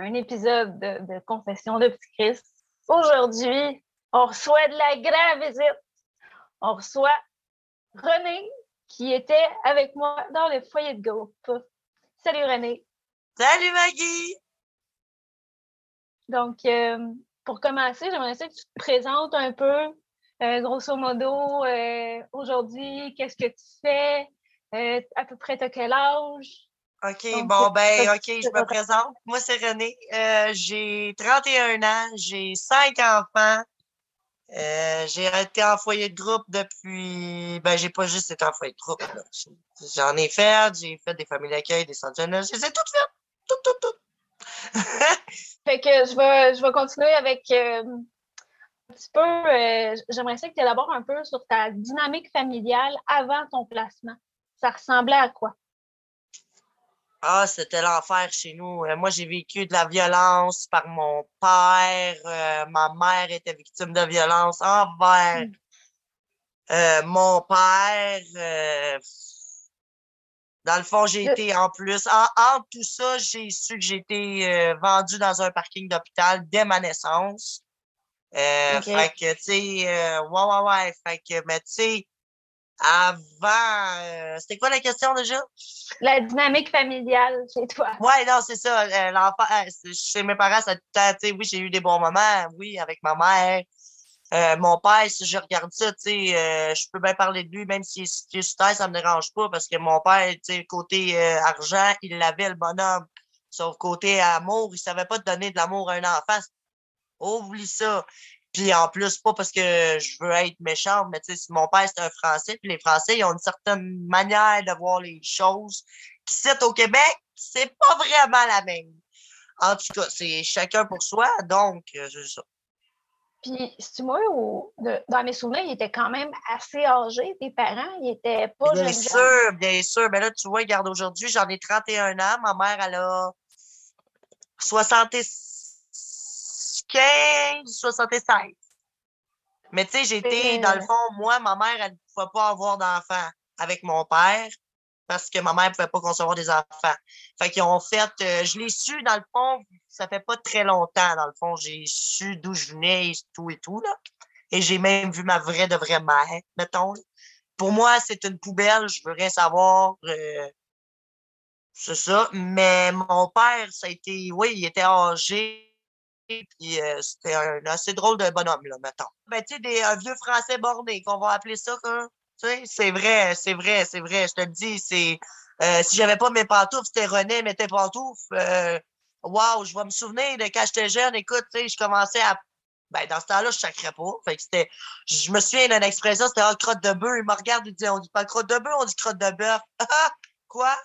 un épisode de Confession de Petit Christ. Aujourd'hui, on reçoit de la grande visite. On reçoit René, qui était avec moi dans le foyer de groupe. Salut René. Salut Maggie! Donc, pour commencer, j'aimerais ça que tu te présentes un peu, grosso modo, aujourd'hui, qu'est-ce que tu fais, à peu près t'as quel âge? OK, Donc, je me présente. Moi, c'est René. J'ai 31 ans, j'ai 5 enfants. J'ai été en foyer de groupe depuis... j'ai pas juste été en foyer de groupe, là. J'en ai fait, j'ai fait des familles d'accueil, des centres jeunesse, je les ai toutes faites. Tout. Fait que je vais continuer avec un petit peu, j'aimerais ça que tu élabores un peu sur ta dynamique familiale avant ton placement. Ça ressemblait à quoi? Ah, c'était l'enfer chez nous. Moi, j'ai vécu de la violence par mon père. Ma mère était victime de violence envers mon père. Dans le fond, j'ai été en plus. En tout ça, j'ai su que j'ai été vendue dans un parking d'hôpital dès ma naissance. Okay. Fait que, tu sais, ouais. Fait que, mais tu sais, avant, c'était quoi la question déjà? La dynamique familiale chez toi. Ouais, non, c'est ça. L'enfant, chez mes parents, ça a tout le temps, tu sais, oui, j'ai eu des bons moments, oui, avec ma mère. Mon père, si je regarde ça, tu sais, je peux bien parler de lui, même s'il est sur terre, ça me dérange pas, parce que mon père, tu sais, côté argent, il l'avait, le bonhomme. Sauf côté amour, il savait pas te donner de l'amour à un enfant. Oublie ça. Puis en plus, pas parce que je veux être méchante, mais tu sais, si mon père, c'est un Français, puis les Français, ils ont une certaine manière de voir les choses. Qui au Québec, c'est pas vraiment la même. En tout cas, c'est chacun pour soi, donc, c'est ça. Puis, si tu vois, dans mes souvenirs, ils étaient quand même assez âgés, tes parents, ils étaient pas Bien jeunes. sûr, bien sûr. Mais là, tu vois, regarde, aujourd'hui, j'en ai 31 ans. Ma mère, elle a 75, 76. Mais tu sais, j'étais, dans le fond, moi, ma mère, elle ne pouvait pas avoir d'enfant avec mon père parce que ma mère ne pouvait pas concevoir des enfants. Fait qu'ils ont fait, je l'ai su, dans le fond, ça fait pas très longtemps, dans le fond. J'ai su d'où je venais et tout, là. Et j'ai même vu ma vraie de vraie mère, mettons. Pour moi, c'est une poubelle, je veux rien savoir. C'est ça. Mais mon père, ça a été, oui, il était âgé. Puis c'était un assez drôle de bonhomme, là, mettons. Ben, tu sais, un vieux français borné, qu'on va appeler ça, quoi. Tu sais, c'est vrai. Je te le dis, c'est. Si j'avais pas mes pantoufles, c'était René mettait pantoufles. Wow, je vais me souvenir de quand j'étais jeune, écoute, tu sais, je commençais à. Ben, dans ce temps-là, je sacrais pas. Fait que c'était. Je me souviens d'une expression, c'était crotte de bœuf. Il me regarde, il dit, on dit pas crotte de bœuf, on dit crotte de bœuf. Quoi?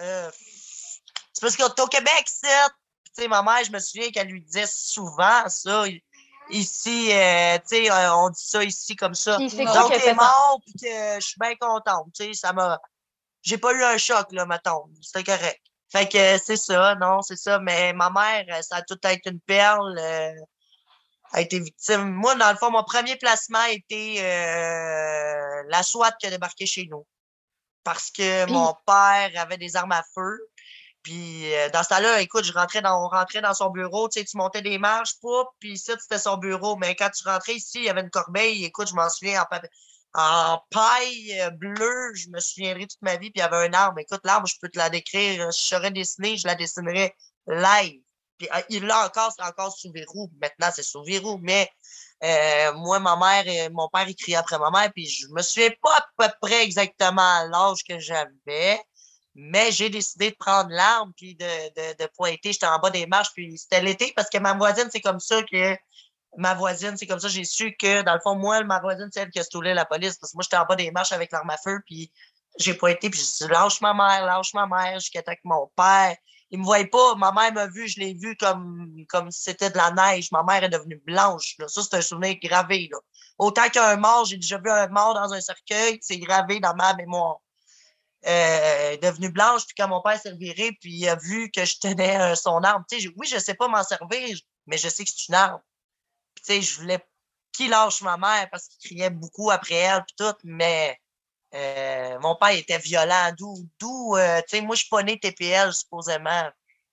C'est parce qu'on est au Québec, c'est. Tu sais, ma mère, je me souviens qu'elle lui disait souvent ça. Ici, tu sais, on dit ça ici comme ça. Puis c'est quoi Donc, qui a t'es fait ça? mort, puis que je suis bien contente. Tu sais, ça m'a. J'ai pas eu un choc, là, mettons. C'était correct. Fait que c'est ça, non, c'est ça. Mais ma mère, ça a tout été une perle. A été victime. Moi, dans le fond, mon premier placement a été la SWAT qui a débarqué chez nous. Parce que Puis, mon père avait des armes à feu. Puis dans ce temps-là, écoute, on rentrait dans son bureau, tu sais, tu montais des marches, puis ici, c'était son bureau. Mais quand tu rentrais ici, il y avait une corbeille, écoute, je m'en souviens en paille bleue, je me souviendrai toute ma vie, puis il y avait un arbre. Écoute, l'arbre, je peux te la décrire. Si je saurais dessiner, je la dessinerais live. Puis il l'a encore, c'est encore sous verrou. Maintenant, c'est sous verrou. Mais moi, ma mère et mon père, ils criaient après ma mère, puis je me souviens pas à peu près exactement l'âge que j'avais. Mais j'ai décidé de prendre l'arme puis de pointer. J'étais en bas des marches, puis c'était l'été parce que ma voisine, c'est comme ça, j'ai su que, dans le fond, moi, ma voisine, c'est elle qui a stoulé la police. Parce que moi, j'étais en bas des marches avec l'arme à feu, puis j'ai pointé, puis j'ai dit, lâche ma mère, jusqu'à temps que mon père. Il me voyait pas, ma mère m'a vu, je l'ai vu comme si c'était de la neige. Ma mère est devenue blanche, là. Ça, c'est un souvenir gravé, là. Autant qu'un mort, j'ai déjà vu un mort dans un cercueil, c'est gravé dans ma mémoire. Devenue blanche, puis quand mon père s'est viré, puis il a vu que je tenais son arme. Tu sais, oui, je sais pas m'en servir, mais je sais que c'est une arme. Puis tu sais, je voulais qu'il lâche ma mère parce qu'il criait beaucoup après elle, puis tout, mais mon père était violent. Tu sais, moi, je suis pas né TPL, supposément.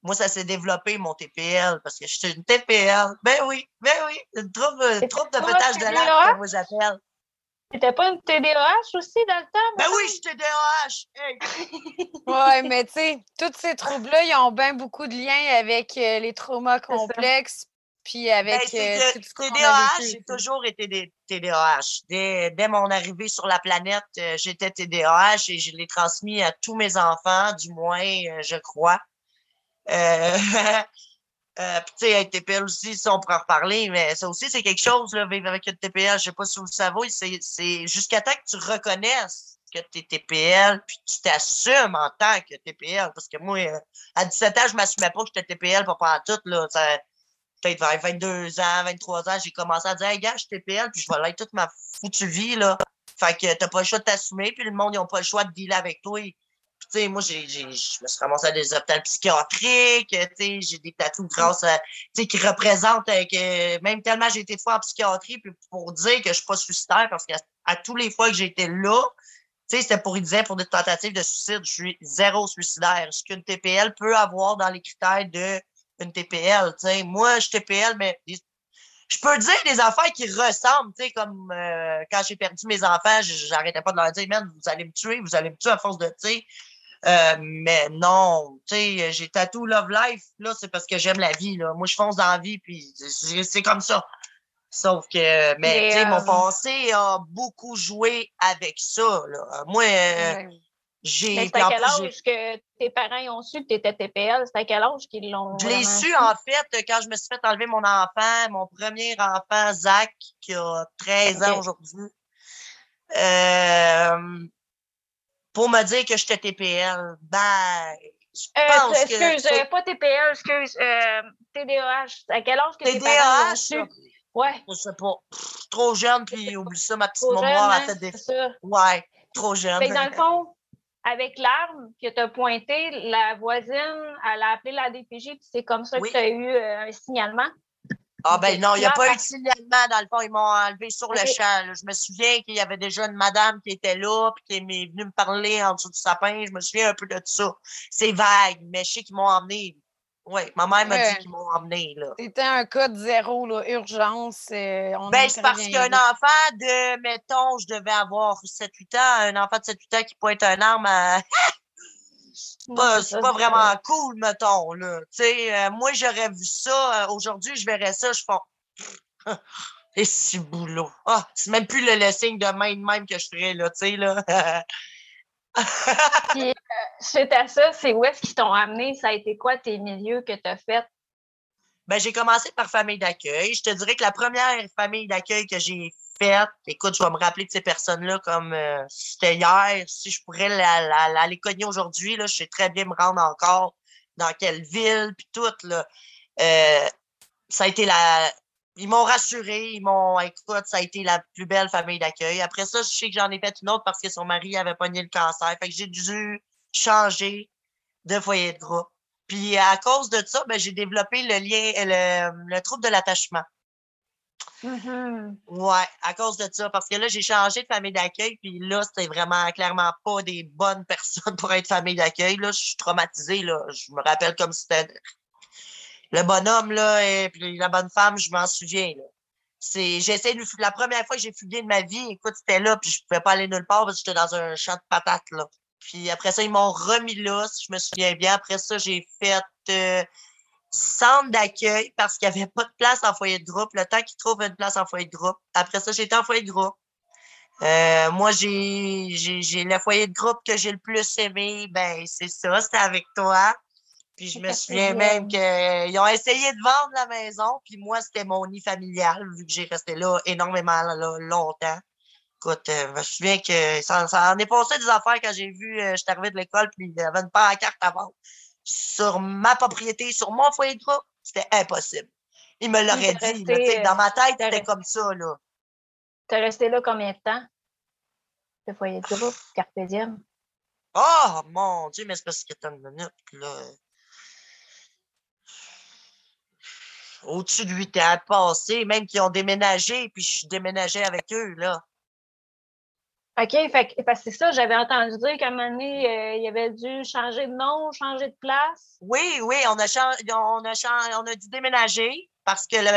Moi, ça s'est développé, mon TPL, parce que j'étais une TPL. Ben oui, une troupe de pas pétage de lac, TDAH? que moi j'appelle. T'étais pas une TDAH aussi dans le temps, Ben mettons? oui, je suis TDAH! Hey! Ouais, mais tu sais, tous ces troubles-là, ils ont bien beaucoup de liens avec les traumas C'est ça. complexes, puis Ben, avec c'est que tout ce qu'on a TDAH, vécu. j'ai toujours été des TDAH. Dès mon arrivée sur la planète, j'étais TDAH et je l'ai transmis à tous mes enfants, du moins, je crois. Euh, Puis, tu sais, avec TPL aussi, ça, on pourra en reparler, mais ça aussi, c'est quelque chose, là, vivre avec une TPL. Je sais pas si vous le savez, c'est jusqu'à temps que tu reconnaisses que t'es TPL, puis tu t'assumes en tant que TPL. Parce que moi, à 17 ans, je m'assumais pas que j'étais TPL, pas pendant tout, là. Ça, peut-être vers 22 ans, 23 ans, j'ai commencé à dire, hey, gars, je suis TPL, puis je vais l'être toute ma foutue vie, là. Fait que t'as pas le choix de t'assumer, puis le monde, ils ont pas le choix de dealer avec toi. Tu sais, moi, je me suis ramassé à des hôpitaux psychiatriques, tu sais, j'ai des tatous grâce à, tu sais, qui représentent que même tellement j'ai été de fois en psychiatrie, puis pour dire que je suis pas suicidaire, parce qu'à à tous les fois que j'ai été là, tu sais, c'était pour, ils disaient, pour des tentatives de suicide, je suis zéro suicidaire. Ce qu'une TPL peut avoir dans les critères de une TPL, tu sais. Moi, je suis TPL, mais je peux dire des affaires qui ressemblent, tu sais, comme quand j'ai perdu mes enfants, j'arrêtais pas de leur dire, man, vous allez me tuer à force de, tu sais. Mais non, tu sais, j'ai tatou Love Life, là, c'est parce que j'aime la vie, là. Moi, je fonce dans la vie, puis c'est comme ça. Sauf que, mais, tu Mais sais, mon passé a beaucoup joué avec ça, là. Moi, Ben, mais c'est puis à en quel plus, j'ai âge que tes parents ils ont su que tu étais TPL? C'est à quel âge qu'ils l'ont je l'ai vraiment su, su? en fait, quand je me suis fait enlever mon premier enfant, Zach, qui a 13 ans OK. aujourd'hui, euh, pour me dire que j'étais TPL. Ben, je pense que, tu Excuse, sais, pas TPL, excuse, TDAH. C'est à quel âge que tes parents ils l'ont su? TDAH, Ouais, je sais pas, trop jeune, puis oublie ça, ma petite trop jeune, mémoire a hein? fait des... C'est ça. Ouais, trop jeune. Fait que dans le fond, avec l'arme que tu as pointé, la voisine, elle a appelé la DPJ, puis c'est comme ça que tu Oui. as eu un signalement. Ah OK. ben non, il n'y a Là, pas eu de signalement dans le fond, ils m'ont enlevé sur le OK. champ. Là. Je me souviens qu'il y avait déjà une madame qui était là, puis qui est venue me parler en dessous du sapin. Je me souviens un peu de ça. C'est vague, mais je sais qu'ils m'ont emmené. Oui, ma mère m'a dit ouais, qu'ils m'ont emmené, là. c'était un cas de zéro, là, urgence, on Ben, c'est parce intervient qu'un vite. enfant de, mettons, je devais avoir 7-8 ans, un enfant de 7-8 ans qui pointe un arme à, Non, c'est c'est ça, pas c'est vraiment différent. cool, mettons, là. Tu sais, moi, j'aurais vu ça, aujourd'hui, je verrais ça, je fais, et si boulot. Ah, c'est même plus le signe de main de même que je ferais, là, tu sais, là. Puis, suite à ça, c'est où est-ce qu'ils t'ont amené? Ça a été quoi tes milieux que tu as fait? Ben, j'ai commencé par famille d'accueil. Je te dirais que la première famille d'accueil que j'ai faite, écoute, je vais me rappeler de ces personnes-là comme si c'était hier. Si je pourrais les cogner aujourd'hui, là, je sais très bien me rendre encore dans quelle ville, puis tout, là. Euh, ça a été la... Ils m'ont rassuré, écoute, ça a été la plus belle famille d'accueil. Après ça, je sais que j'en ai fait une autre parce que son mari avait pogné le cancer. Fait que j'ai dû changer de foyer de groupe. Puis à cause de ça, ben, j'ai développé le lien, le trouble de l'attachement. Mhm. Ouais, à cause de ça. Parce que là, j'ai changé de famille d'accueil, puis là, c'était vraiment clairement pas des bonnes personnes pour être famille d'accueil. Là, je suis traumatisée, là. Je me rappelle comme si c'était le bonhomme, là, et puis la bonne femme, je m'en souviens, là. La première fois que j'ai fugué de ma vie, écoute, c'était là, puis je pouvais pas aller nulle part parce que j'étais dans un champ de patates, là. Puis après ça, ils m'ont remis là, si je me souviens bien. Après ça, j'ai fait centre d'accueil parce qu'il n'y avait pas de place en foyer de groupe. Le temps qu'ils trouvent une place en foyer de groupe. Après ça, j'étais en foyer de groupe. Moi, j'ai le foyer de groupe que j'ai le plus aimé. Ben, c'est ça, c'était avec toi. Puis je me souviens même Quatrième. qu'ils ont essayé de vendre la maison. Puis moi, c'était mon nid familial, vu que j'ai resté là énormément là, longtemps. Écoute, je me souviens que ça en est passé des affaires quand j'ai vu, j'étais arrivé de l'école, puis il y avait une pancarte à vendre sur ma propriété, sur mon foyer de groupe. C'était impossible. Il me Puis, l'aurait dit, là, tu sais, dans ma tête, t'as c'était resté, comme ça, là. t'as resté là combien de temps? Le foyer de groupe, Carpe Diem. Oh, mon Dieu, mais c'est parce que t'as une minute, là. Au-dessus de 8 ans passés, même qui ont déménagé, puis je suis déménagé avec eux, là. OK, parce que c'est ça, j'avais entendu dire qu'à un moment donné, il avait dû changer de nom, changer de place. Oui, oui, on a dû déménager parce que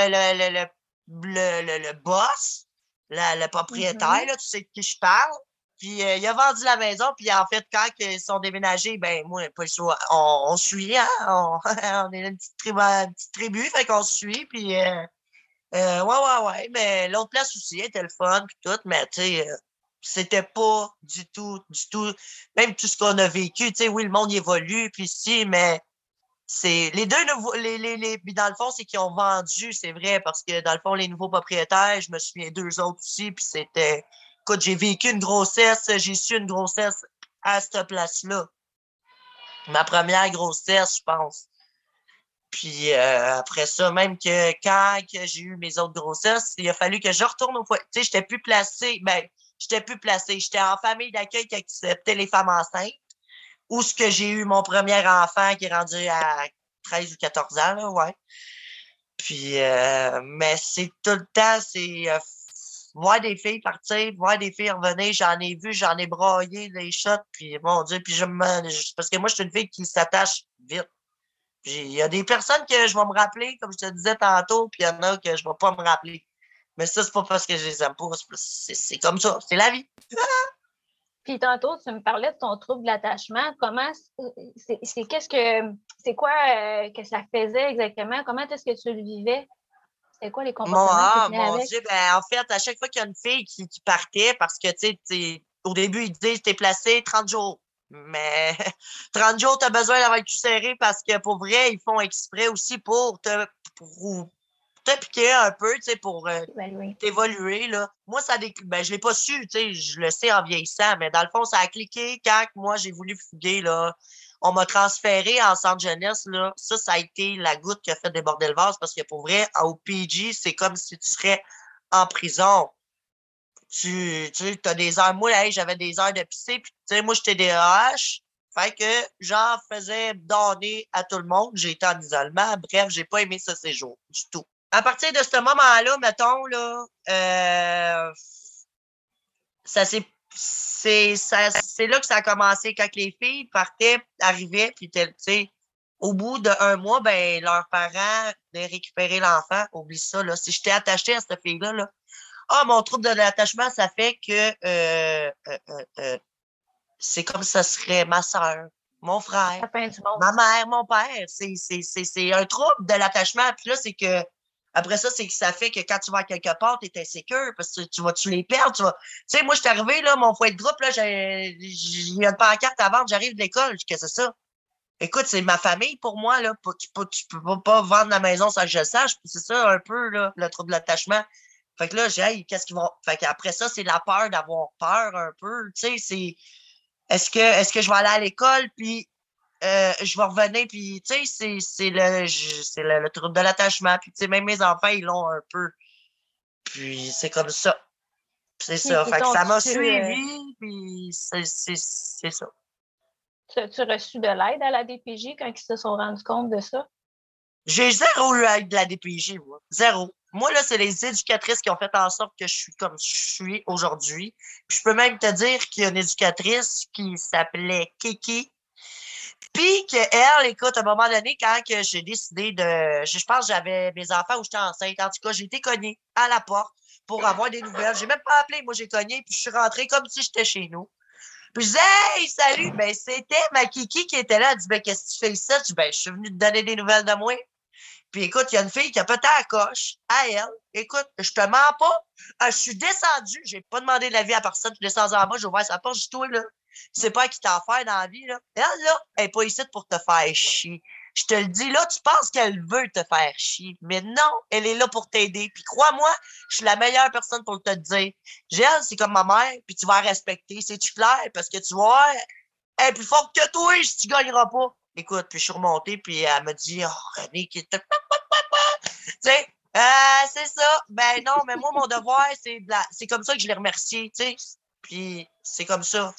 le boss, le propriétaire, là, tu sais de qui je parle, puis il a vendu la maison, puis en fait, quand ils sont déménagés, ben moi, pas le choix. On suit, hein? On est une petite tribu, fait qu'on suit, puis ouais, mais l'autre place aussi était le fun, puis tout, mais tu sais, c'était pas du tout, même tout ce qu'on a vécu, tu sais, oui, le monde évolue, puis si, mais c'est les deux nouveaux puis dans le fond c'est qu'ils ont vendu, c'est vrai parce que dans le fond les nouveaux propriétaires, je me souviens d'eux autres aussi puis c'était écoute, j'ai vécu une grossesse, j'ai su une grossesse à cette place-là. Ma première grossesse, je pense. Puis après ça, même que quand que j'ai eu mes autres grossesses, il a fallu que je retourne au foyer. Tu sais, j'étais plus placée. J'étais en famille d'accueil qui acceptait les femmes enceintes. Où ce que j'ai eu mon premier enfant qui est rendu à 13 ou 14 ans, là, ouais. Puis, mais c'est tout le temps, c'est voir des filles partir, voir des filles revenir. J'en ai vu, j'en ai braillé des shots, puis mon Dieu, puis parce que moi, je suis une fille qui s'attache vite. Puis il y a des personnes que je vais me rappeler, comme je te disais tantôt, puis il y en a que je vais pas me rappeler. Mais ça, c'est pas parce que je les aime pas, c'est comme ça, c'est la vie. Puis tantôt, tu me parlais de ton trouble d'attachement. Comment c'est quoi que ça faisait exactement? Comment est-ce que tu le vivais? C'est quoi les comportements qui venaient Mon avec? Dieu, ben en fait, à chaque fois qu'il y a une fille qui partait, parce que tu sais, au début, ils disent t'es placé 30 jours. Mais 30 jours, tu as besoin d'avoir le cul serré parce que pour vrai, ils font exprès aussi pour te piquer un peu, tu sais, pour Oui. t'évoluer, là. Moi, ben, je l'ai pas su, tu sais, je le sais en vieillissant, mais dans le fond, ça a cliqué quand moi, j'ai voulu fuguer, là. On m'a transféré en centre jeunesse, là. Ça a été la goutte qui a fait déborder le vase parce que pour vrai, au PG, c'est comme si tu serais en prison. Tu as des heures. Moi, hey, j'avais des heures de pisser, puis tu sais, moi, j'étais DAH. Fait que j'en faisais donner à tout le monde. J'ai été en isolement. Bref, j'ai pas aimé ce séjour du tout. À partir de ce moment-là, mettons, là, ça c'est là que ça a commencé quand les filles partaient, arrivaient, puis tu sais, au bout d'un mois, ben, leurs parents de récupérer l'enfant, oublie ça, là. Si j'étais attachée à cette fille-là, là, mon trouble de l'attachement, ça fait que c'est comme ça serait ma soeur, mon frère, La fin du monde. ma mère, mon père. C'est un trouble de l'attachement. Puis là, c'est que après ça, c'est que ça fait que quand tu vas quelque part, tu es insécure parce que tu les perdre. Tu sais, moi, je suis arrivé, là, mon foyer de groupe, là, j'ai une pancarte à vendre, j'arrive de l'école. Qu'est-ce que c'est ça? Écoute, c'est ma famille pour moi, là. Tu peux pas vendre la maison sans que je le sache. C'est ça, un peu, là, le trouble de l'attachement. Fait que là, j'ai, hey, qu'est-ce qu'ils vont. Fait qu'après ça, c'est la peur d'avoir peur un peu. Tu sais, c'est. Est-ce que je vais aller à l'école, puis je vais revenir, puis tu sais, c'est le trouble de l'attachement. Puis tu sais, même mes enfants, ils l'ont un peu. Puis c'est comme ça. C'est Puis, ça. Fait que ça m'a tu, suivi, puis c'est ça. tu as reçu de l'aide à la DPJ quand ils se sont rendus compte de ça? J'ai zéro eu avec de la DPJ, moi. Zéro. Moi, là, c'est les éducatrices qui ont fait en sorte que je suis comme je suis aujourd'hui. Puis je peux même te dire qu'il y a une éducatrice qui s'appelait Kiki. Puis qu'elle, écoute, à un moment donné, quand que j'ai décidé je pense que j'avais mes enfants où j'étais enceinte. En tout cas, j'ai été cognée à la porte pour avoir des nouvelles. J'ai même pas appelé, moi j'ai cogné, puis je suis rentrée comme si j'étais chez nous. Puis je disais, hey, salut! Ben, c'était ma Kiki qui était là. Elle dit, ben, qu'est-ce que tu fais ici? Je dis, ben, je suis venue te donner des nouvelles de moi. Puis écoute, il y a une fille qui a peut-être à coche à elle. Écoute, je te mens pas. Je suis descendue. J'ai pas demandé de l'avis à personne. Je suis descendue en bas, j'ai ouvert sa porte. Je dis, toi, là, tu sais pas à qui t'en faire dans la vie, là. Elle, là, elle est pas ici pour te faire chier. Je te le dis, là, tu penses qu'elle veut te faire chier. Mais non, elle est là pour t'aider. Puis crois-moi, je suis la meilleure personne pour te le dire. Elle, c'est comme ma mère, puis tu vas la respecter. C'est-tu clair? Parce que tu vois, elle est plus forte que toi si tu gagneras pas. Écoute, puis je suis remontée, puis elle me dit, oh, René, qui était. Tu sais, c'est ça. Ben non, mais moi, mon devoir, c'est comme ça que je l'ai remercié, tu sais. Puis c'est comme ça.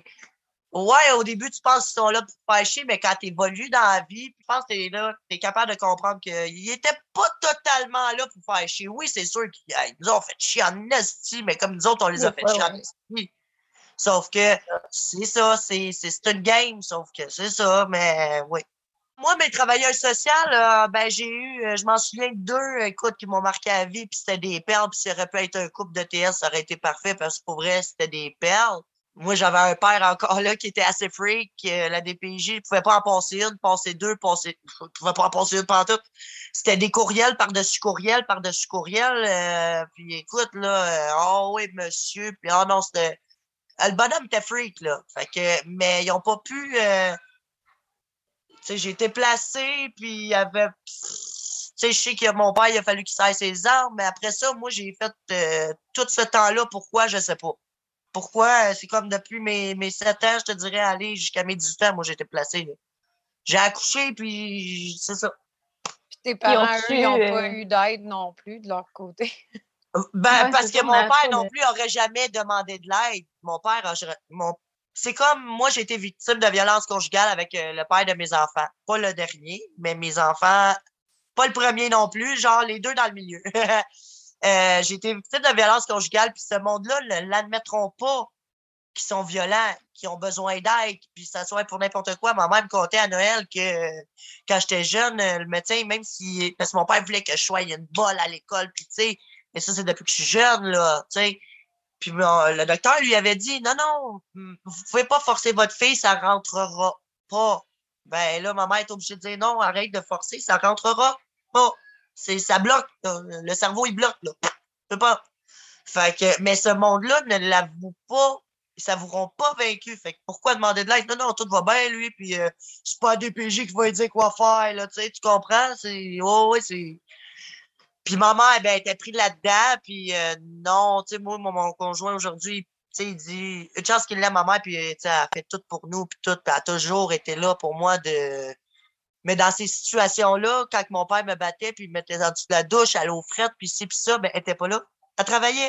Ouais, au début, tu penses qu'ils sont là pour te faire chier, mais quand tu évolues dans la vie, puis je pense que t'es capable de comprendre qu'ils étaient pas totalement là pour faire chier. Oui, c'est sûr qu'ils nous ont fait chier en esti, mais comme nous autres, on les a fait chier en esti. Sauf que c'est ça, c'est une game, sauf que c'est ça, mais oui. Moi, mes travailleurs sociaux, ben j'ai eu, je m'en souviens de deux, écoute, qui m'ont marqué à vie, puis c'était des perles, puis ça aurait pu être un couple de TS, ça aurait été parfait, parce que pour vrai, c'était des perles. Moi, j'avais un père encore là qui était assez freak, la DPJ, il pouvait pas en passer une, passer deux, il pouvait pas en passer une pantoute. C'était des courriels par-dessus courriels, par-dessus courriels, puis écoute, là, oh oui, monsieur, puis oh non, c'était... le bonhomme était freak, là. Fait que, mais ils ont pas pu... tu sais, j'ai été placé, puis il y avait... Tu sais, je sais que mon père, il a fallu qu'il serre ses armes, mais après ça, moi, j'ai fait tout ce temps-là. Pourquoi? Je sais pas. Pourquoi? C'est comme depuis mes 7 ans, je te dirais, aller jusqu'à mes 18 ans, moi, j'ai été placé, là. J'ai accouché, puis c'est ça. Puis tes Ils parents, ont-tu, eux, ils n'ont pas eu d'aide non plus de leur côté. Ben, Ouais, parce c'est que ça, mon mais père pas non de- plus aurait jamais demandé de l'aide. Mon père c'est comme moi, j'ai été victime de violence conjugale avec le père de mes enfants. Pas le dernier, mais mes enfants. Pas le premier non plus, genre les deux dans le milieu. J'ai été victime de violence conjugale, puis ce monde-là ne l'admettront pas qu'ils sont violents, qu'ils ont besoin d'aide, puis ça soit pour n'importe quoi. Ma mère me contait à Noël que quand j'étais jeune, le médecin, même si... Parce que mon père voulait que je sois une bolle à l'école, puis tu sais, mais ça, c'est depuis que je suis jeune, là, tu sais. Puis le docteur lui avait dit, non, non, vous pouvez pas forcer votre fille, ça rentrera pas. Ben là, ma mère est obligée de dire, non, arrête de forcer, ça rentrera pas. Ça bloque, là. Le cerveau, il bloque, là. Je peux pas. Fait que, mais ce monde-là ne l'avoue pas. Ils s'avoueront pas vaincus. Fait que pourquoi demander de l'aide? Non, non, tout va bien, lui, puis c'est pas un DPJ qui va lui dire quoi faire, là, tu sais, tu comprends? Oh, oui, c'est... Puis ma mère, ben, elle était prise là-dedans, puis non, tu sais, moi, mon conjoint aujourd'hui, tu sais, il dit, une chance qu'il l'aime, ma mère, puis, tu sais, elle a fait tout pour nous, puis tout, puis elle a toujours été là pour moi de... Mais dans ces situations-là, quand mon père me battait, puis il me mettait en dessous de la douche, à l'eau frette, puis ci, puis ça, ben, elle était pas là. Elle travaillait.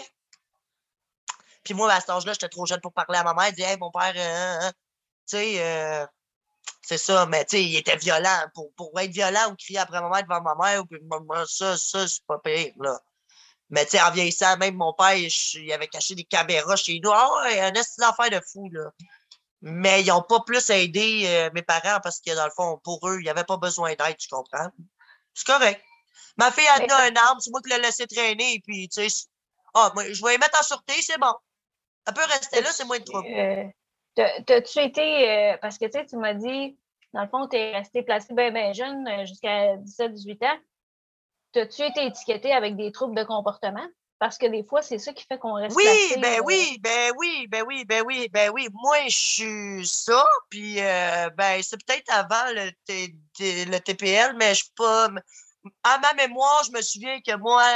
Puis moi, à cet âge-là, j'étais trop jeune pour parler à ma mère. Elle dit, hey, mon père, tu sais, c'est ça, mais tu sais, il était violent. Pour être violent ou crier après ma mère devant ma mère, puis ça, c'est pas pire, là. Mais tu sais, en vieillissant, même mon père, il avait caché des caméras chez nous. Ah ouais, un esti d'affaire de fou, là. Mais ils ont pas plus aidé mes parents parce que, dans le fond, pour eux, il n'y avait pas besoin d'aide, tu comprends? C'est correct. Ma fille, elle Mais a un arme, c'est moi qui l'ai laissé traîner, puis tu sais, ah, moi, je vais y mettre en sûreté, c'est bon. Elle peut rester là, c'est moins de trouble. t'as-tu été, parce que tu m'as dit, dans le fond, tu es resté placé bien jeune, jusqu'à 17-18 ans. T'as-tu été étiqueté avec des troubles de comportement? Parce que des fois, c'est ça qui fait qu'on reste Oui, placé. ben oui, ben oui, ben oui, ben oui, ben oui. Moi, je suis ça, puis ben c'est peut-être avant le TPL, mais je suis pas... À ma mémoire, je me souviens que moi,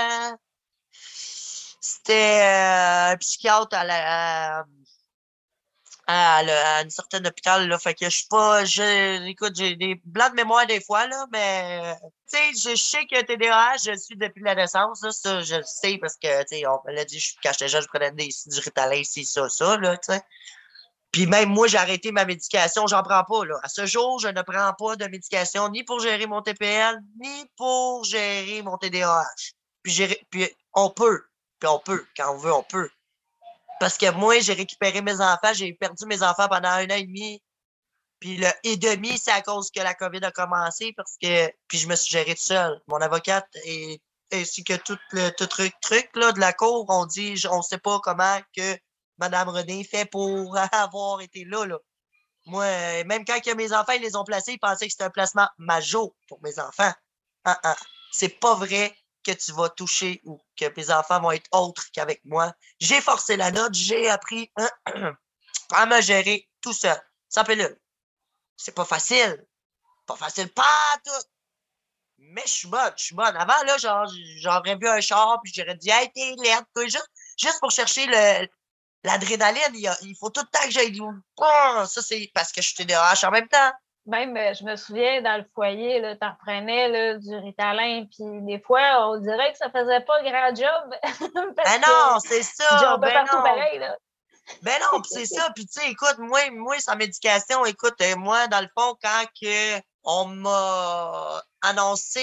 c'était un psychiatre à une certaine hôpital, là. Fait que je suis pas, écoute, j'ai des blancs de mémoire des fois, là, mais, tu sais, je sais que TDAH, je le suis depuis la naissance, là. Ça, je le sais parce que, tu sais, on me l'a dit, quand j'étais jeune, je prenais du Ritalin, ici, ça, là, tu sais. Puis même moi, j'ai arrêté ma médication, j'en prends pas, là. À ce jour, je ne prends pas de médication ni pour gérer mon TPL, ni pour gérer mon TDAH. Puis on peut, quand on veut, on peut. Parce que moi, j'ai récupéré mes enfants, j'ai perdu mes enfants pendant 1 an et demi. Puis le et demi, c'est à cause que la COVID a commencé, parce que puis je me suis géré tout seul. Mon avocate et ainsi que tout truc là, de la cour, on dit on sait pas comment que Mme René fait pour avoir été là, là. Moi, même quand que mes enfants ils les ont placés, ils pensaient que c'était un placement majeur pour mes enfants. Ah, ah. C'est pas vrai que tu vas toucher ou que mes enfants vont être autres qu'avec moi. J'ai forcé la note, j'ai appris à me gérer tout seul. Sans pilule. C'est pas facile. Pas facile, pas tout. Mais je suis bonne, je suis bonne. Avant, là, genre, j'aurais vu un char, puis j'aurais dit, hey, t'es laide, toi, juste pour chercher l'adrénaline, il faut tout le temps que j'aille. Oh, ça, c'est parce que je suis TDAH en même temps. Même, je me souviens, dans le foyer, tu en reprenais là, du Ritalin, puis des fois, on dirait que ça faisait pas grand job. Parce Ben non, c'est tu ça, jobais ben partout non. pareil, là. Ben non, pis c'est ça. Puis tu sais, écoute, moi, sans médication, écoute, moi, dans le fond, quand que on m'a annoncé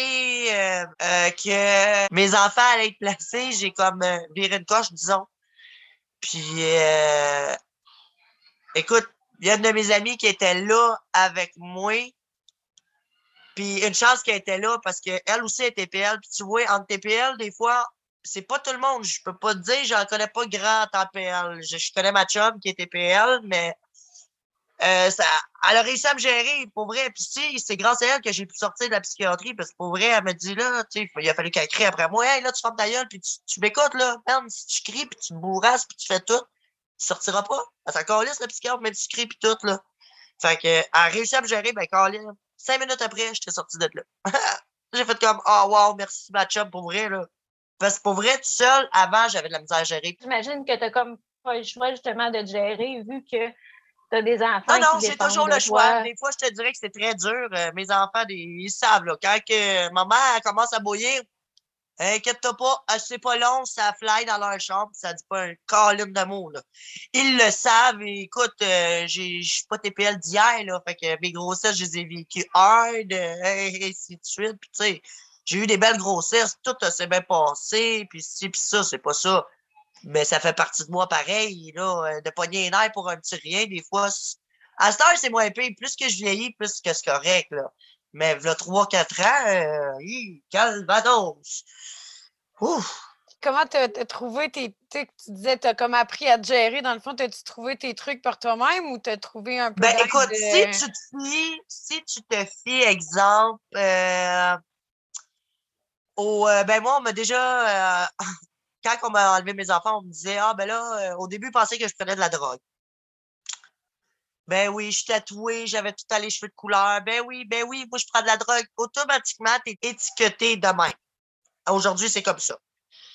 que mes enfants allaient être placés, j'ai comme viré une coche, disons. Puis Écoute, il y a une de mes amies qui était là avec moi. Puis une chance qu'elle était là parce qu'elle aussi est TPL. Puis tu vois, en TPL, des fois, c'est pas tout le monde. Je peux pas te dire, j'en connais pas grand en TPL. Je connais ma chum qui est TPL, mais ça, elle a réussi à me gérer, pour vrai. Puis tu sais, c'est grâce à elle que j'ai pu sortir de la psychiatrie parce que pour vrai, elle me dit là, tu sais, il a fallu qu'elle crie après moi. Hey, là, tu fermes ta gueule, puis tu m'écoutes, là. Man, si tu cries, puis tu me bourrasses, puis tu fais tout, tu sortiras pas. Elle s'en calisse, la psychiatre, même si tu cries, puis tout, là. Fait que, elle a réussi à me gérer, ben, Caroline, 5 minutes après, j'étais sorti de là. J'ai fait comme, oh, wow, merci, ma chum, pour vrai, là. Parce que pour vrai, tout seul, avant, j'avais de la misère à gérer. J'imagine que tu n'as comme pas le choix justement de te gérer vu que tu as des Non, enfants non, qui j'ai dépendent toujours de le choix. toi. Des fois, je te dirais que c'est très dur. Mes enfants, ils savent, là. Quand que maman elle commence à bouillir, inquiète-toi pas, c'est pas long, ça fly dans leur chambre, ça dit pas un câlin de mots, là. Ils le savent. Et écoute, je suis pas TPL d'hier, là. Fait que mes grossesses, je les ai vécues hard, et ainsi de suite. Puis, tu sais, j'ai eu des belles grossesses, tout s'est bien passé, puis ci, puis ça, c'est pas ça. Mais ça fait partie de moi pareil, là, de pogner les nerfs pour un petit rien, des fois. À cette heure, c'est moins pire. Plus que je vieillis, plus que c'est correct, là. Mais là, 3-4 ans, calvados. Ouf! Comment t'as trouvé tu disais, t'as comme appris à te gérer. Dans le fond, t'as-tu trouvé tes trucs par toi-même ou t'as trouvé un peu Ben, d'aide? écoute, si tu te fies, exemple, ben moi, on m'a déjà, quand on m'a enlevé mes enfants, on me disait, ah, ben là, au début, ils pensaient que je prenais de la drogue. Ben oui, je suis tatouée, j'avais tout à les cheveux de couleur. Ben oui, moi, je prends de la drogue. Automatiquement, t'es étiqueté de même. Aujourd'hui, c'est comme ça.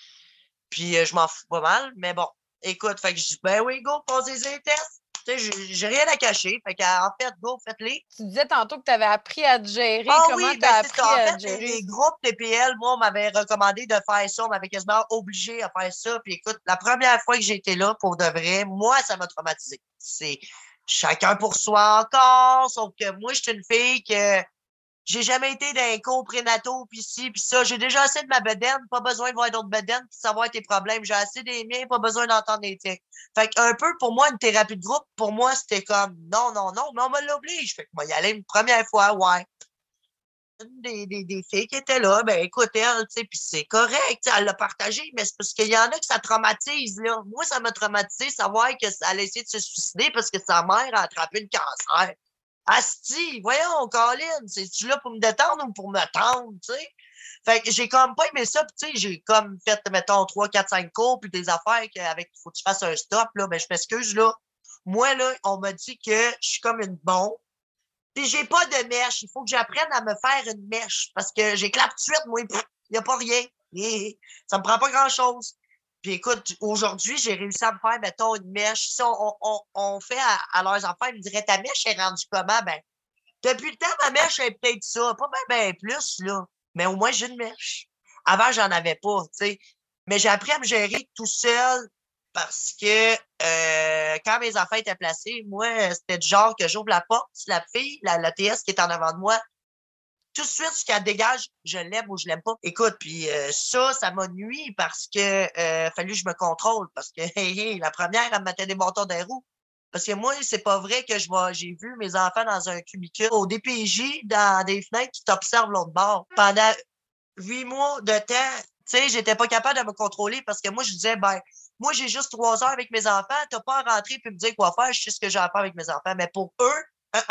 Puis, je m'en fous pas mal, mais bon. Écoute, fait que je dis, ben oui, go, posez les tests. Tu sais, j'ai rien à cacher. Fait qu'en fait, go, faites-les. Tu disais tantôt que tu avais appris à te gérer. Ah Comment oui, tu ben as c'est ça. appris En à fait, te gérer? les groupes TPL, moi, on m'avait recommandé de faire ça. On m'avait quasiment obligé à faire ça. Puis écoute, la première fois que j'ai été là, pour de vrai, moi, ça m'a traumatisé. C'est chacun pour soi encore, sauf que moi, je suis une fille que j'ai jamais été d'un cours prénataux, puis ci, puis ça. J'ai déjà assez de ma bedaine, pas besoin de voir d'autres bedaines pour savoir tes problèmes. J'ai assez des miens, pas besoin d'entendre les tiens. Fait qu'un peu, pour moi, une thérapie de groupe, pour moi, c'était comme non, non, non, mais on me l'oblige. Fait que moi, y aller une première fois, ouais. Une des filles qui étaient là, ben écoute, elle, tu sais, puis c'est correct, elle l'a partagé, mais c'est parce qu'il y en a que ça traumatise, là. Moi, ça m'a traumatisé savoir que ça allait essayer de se suicider parce que sa mère a attrapé le cancer. Asti, voyons, Colin, c'est-tu là pour me détendre ou pour me tendre, tu sais? Fait que j'ai comme pas aimé ça, puis tu sais, j'ai comme fait, mettons, 3, 4, 5 cours, puis des affaires qu'avec, il faut que tu fasses un stop, là, ben je m'excuse, là. Moi, là, on m'a dit que je suis comme une bombe. Puis j'ai pas de mèche. Il faut que j'apprenne à me faire une mèche. Parce que j'éclate tout de suite, moi. Il n'y a pas rien. Ça me prend pas grand-chose. Puis écoute, aujourd'hui, j'ai réussi à me faire, mettons, une mèche. Si on fait à leurs enfants, ils me diraient, ta mèche est rendue comment? Ben, depuis le temps, ma mèche est peut-être ça. Pas bien plus, là. Mais au moins, j'ai une mèche. Avant, j'en avais pas, tu sais. Mais j'ai appris à me gérer tout seul parce que quand mes enfants étaient placés, moi, c'était du genre que j'ouvre la porte, la fille, la TS qui est en avant de moi, tout de suite, ce qu'elle dégage, je l'aime ou je l'aime pas. Écoute, puis ça m'a nuit parce que fallu que je me contrôle. Parce que la première, elle me mettait des bâtons dans les roues. Parce que moi, c'est pas vrai que j'ai vu mes enfants dans un cubicule au DPJ, dans des fenêtres qui t'observent l'autre bord. Pendant 8 mois de temps, tu sais, j'étais pas capable de me contrôler parce que moi, je disais, ben, moi, j'ai juste 3 heures avec mes enfants, t'as pas à rentrer puis me dire quoi faire, je sais ce que j'ai à faire avec mes enfants. Mais pour eux,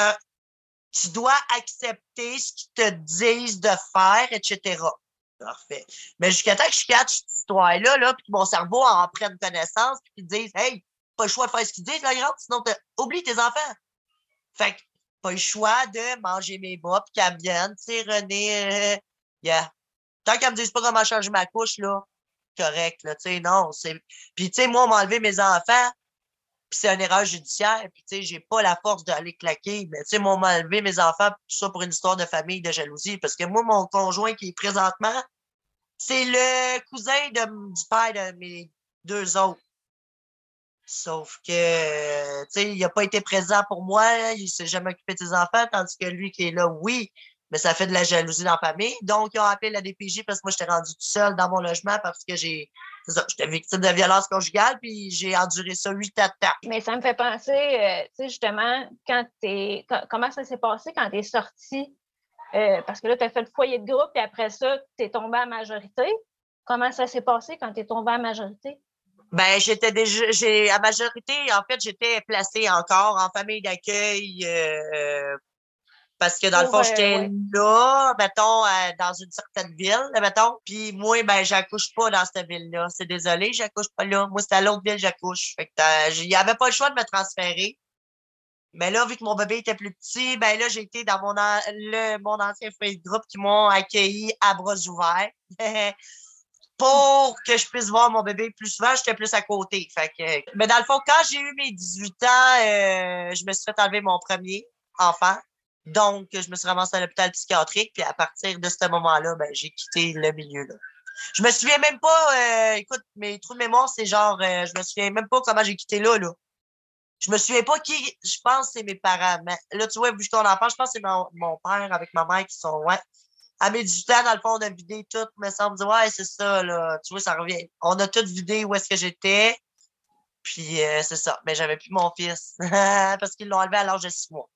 tu dois accepter ce qu'ils te disent de faire, etc. Parfait. Mais jusqu'à temps que je catch cette histoire-là, là, puis que mon cerveau en prenne connaissance, puis qu'ils disent, hey, pas le choix de faire ce qu'ils disent, la grande, sinon oublie tes enfants. Fait que, pas le choix de manger mes bas, puis qu'elle vienne, tu sais, René, yeah. Tant qu'elle me dise pas comment changer ma couche, là, correct, là, tu sais, non, c'est... Puis, tu sais, moi, on m'a enlevé mes enfants, puis c'est une erreur judiciaire, puis tu sais, j'ai pas la force d'aller claquer, mais tu sais, moi, on m'a enlevé mes enfants, tout ça pour une histoire de famille, de jalousie, parce que moi, mon conjoint qui est présentement, c'est le cousin du père de mes 2 autres. Sauf que, tu sais, il a pas été présent pour moi, il s'est jamais occupé de ses enfants, tandis que lui qui est là, oui, mais ça fait de la jalousie dans la famille. Donc, ils ont appelé la DPJ parce que moi, j'étais rendu tout seul dans mon logement parce que j'ai c'est ça, j'étais victime de violence conjugale, puis j'ai enduré ça 8 ans de temps. Mais ça me fait penser, tu sais, justement, comment ça s'est passé quand tu es sortie? Parce que là, tu as fait le foyer de groupe, et après ça, tu es tombée à majorité. Comment ça s'est passé quand tu es tombée à majorité? Ben, à majorité, en fait, j'étais placée encore en famille d'accueil, parce que dans le fond, j'étais Ouais. là, mettons, dans une certaine ville, mettons. Puis moi, ben, j'accouche pas dans cette ville-là. C'est désolé, j'accouche pas là. Moi, c'est à l'autre ville, j'accouche. Fait que il y avait pas le choix de me transférer. Mais là, vu que mon bébé était plus petit, ben là, j'ai été dans mon ancien foyer de groupe qui m'ont accueilli à bras ouverts. Pour que je puisse voir mon bébé plus souvent, j'étais plus à côté. Fait que, mais dans le fond, quand j'ai eu mes 18 ans, je me suis fait enlever mon premier enfant. Donc, je me suis ramassée à l'hôpital psychiatrique. Puis à partir de ce moment-là, ben, j'ai quitté le milieu là. Je me souviens même pas, écoute, mes trous de mémoire, c'est genre, je me souviens même pas comment j'ai quitté là. Je me souviens pas qui, je pense que c'est mes parents. Mais là, tu vois, vu qu'on en parle, je pense que c'est mon père avec ma mère qui sont, ouais. À mes 18 ans, dans le fond, on a vidé tout, mais ça me dit, ouais, c'est ça, là. Tu vois, ça revient. On a tout vidé où est-ce que j'étais. Puis, c'est ça. Mais j'avais plus mon fils. Parce qu'ils l'ont enlevé à l'âge de 6 mois.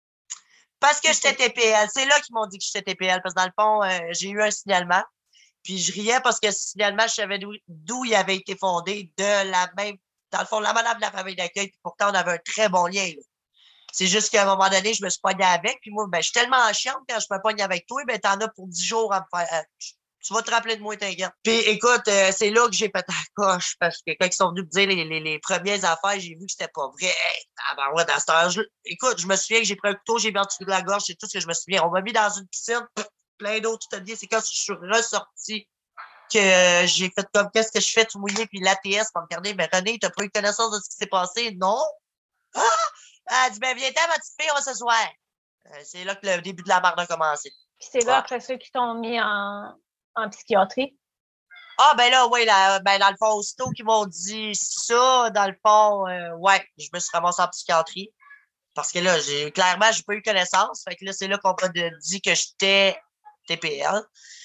Parce que j'étais TPL. C'est là qu'ils m'ont dit que j'étais TPL. Parce que dans le fond, j'ai eu un signalement. Puis je riais parce que ce signalement, je savais d'où il avait été fondé, de la même, dans le fond, la madame de la famille d'accueil. Puis pourtant, on avait un très bon lien, là. C'est juste qu'à un moment donné, je me suis pognée avec. Puis moi, ben, je suis tellement chiante quand je me pogne avec toi, ben, t'en as pour 10 jours à me faire. Tu vas te rappeler de moi, t'inquiète. Puis écoute, c'est là que j'ai pété la coche. Parce que quand ils sont venus me dire les premières affaires, j'ai vu que c'était pas vrai. Hey, ouais, dans cette heure, écoute, je me souviens que j'ai pris un couteau, j'ai mis en dessous de la gorge, c'est tout ce que je me souviens. On m'a mis dans une piscine, plein d'eau, tout à dit. C'est quand je suis ressorti que j'ai fait comme qu'est-ce que je fais tout mouillé, puis l'ATS pour me regarder. Mais René, t'as pas eu connaissance de ce qui s'est passé? Non? Ah! Elle dit, ben, viens-t'en, ma petite fille, on va s'asseoir. C'est là que le début de la barre a commencé. Puis c'est là, Ouais. après ça, qu'ils t'ont mis en psychiatrie. Ah, ben là, oui, ben, dans le fond, aussitôt qu'ils m'ont dit ça, dans le fond, ouais, je me suis ramassé en psychiatrie. Parce que là, clairement, j'ai pas eu connaissance. Fait que là, c'est là qu'on m'a dit que j'étais TPL.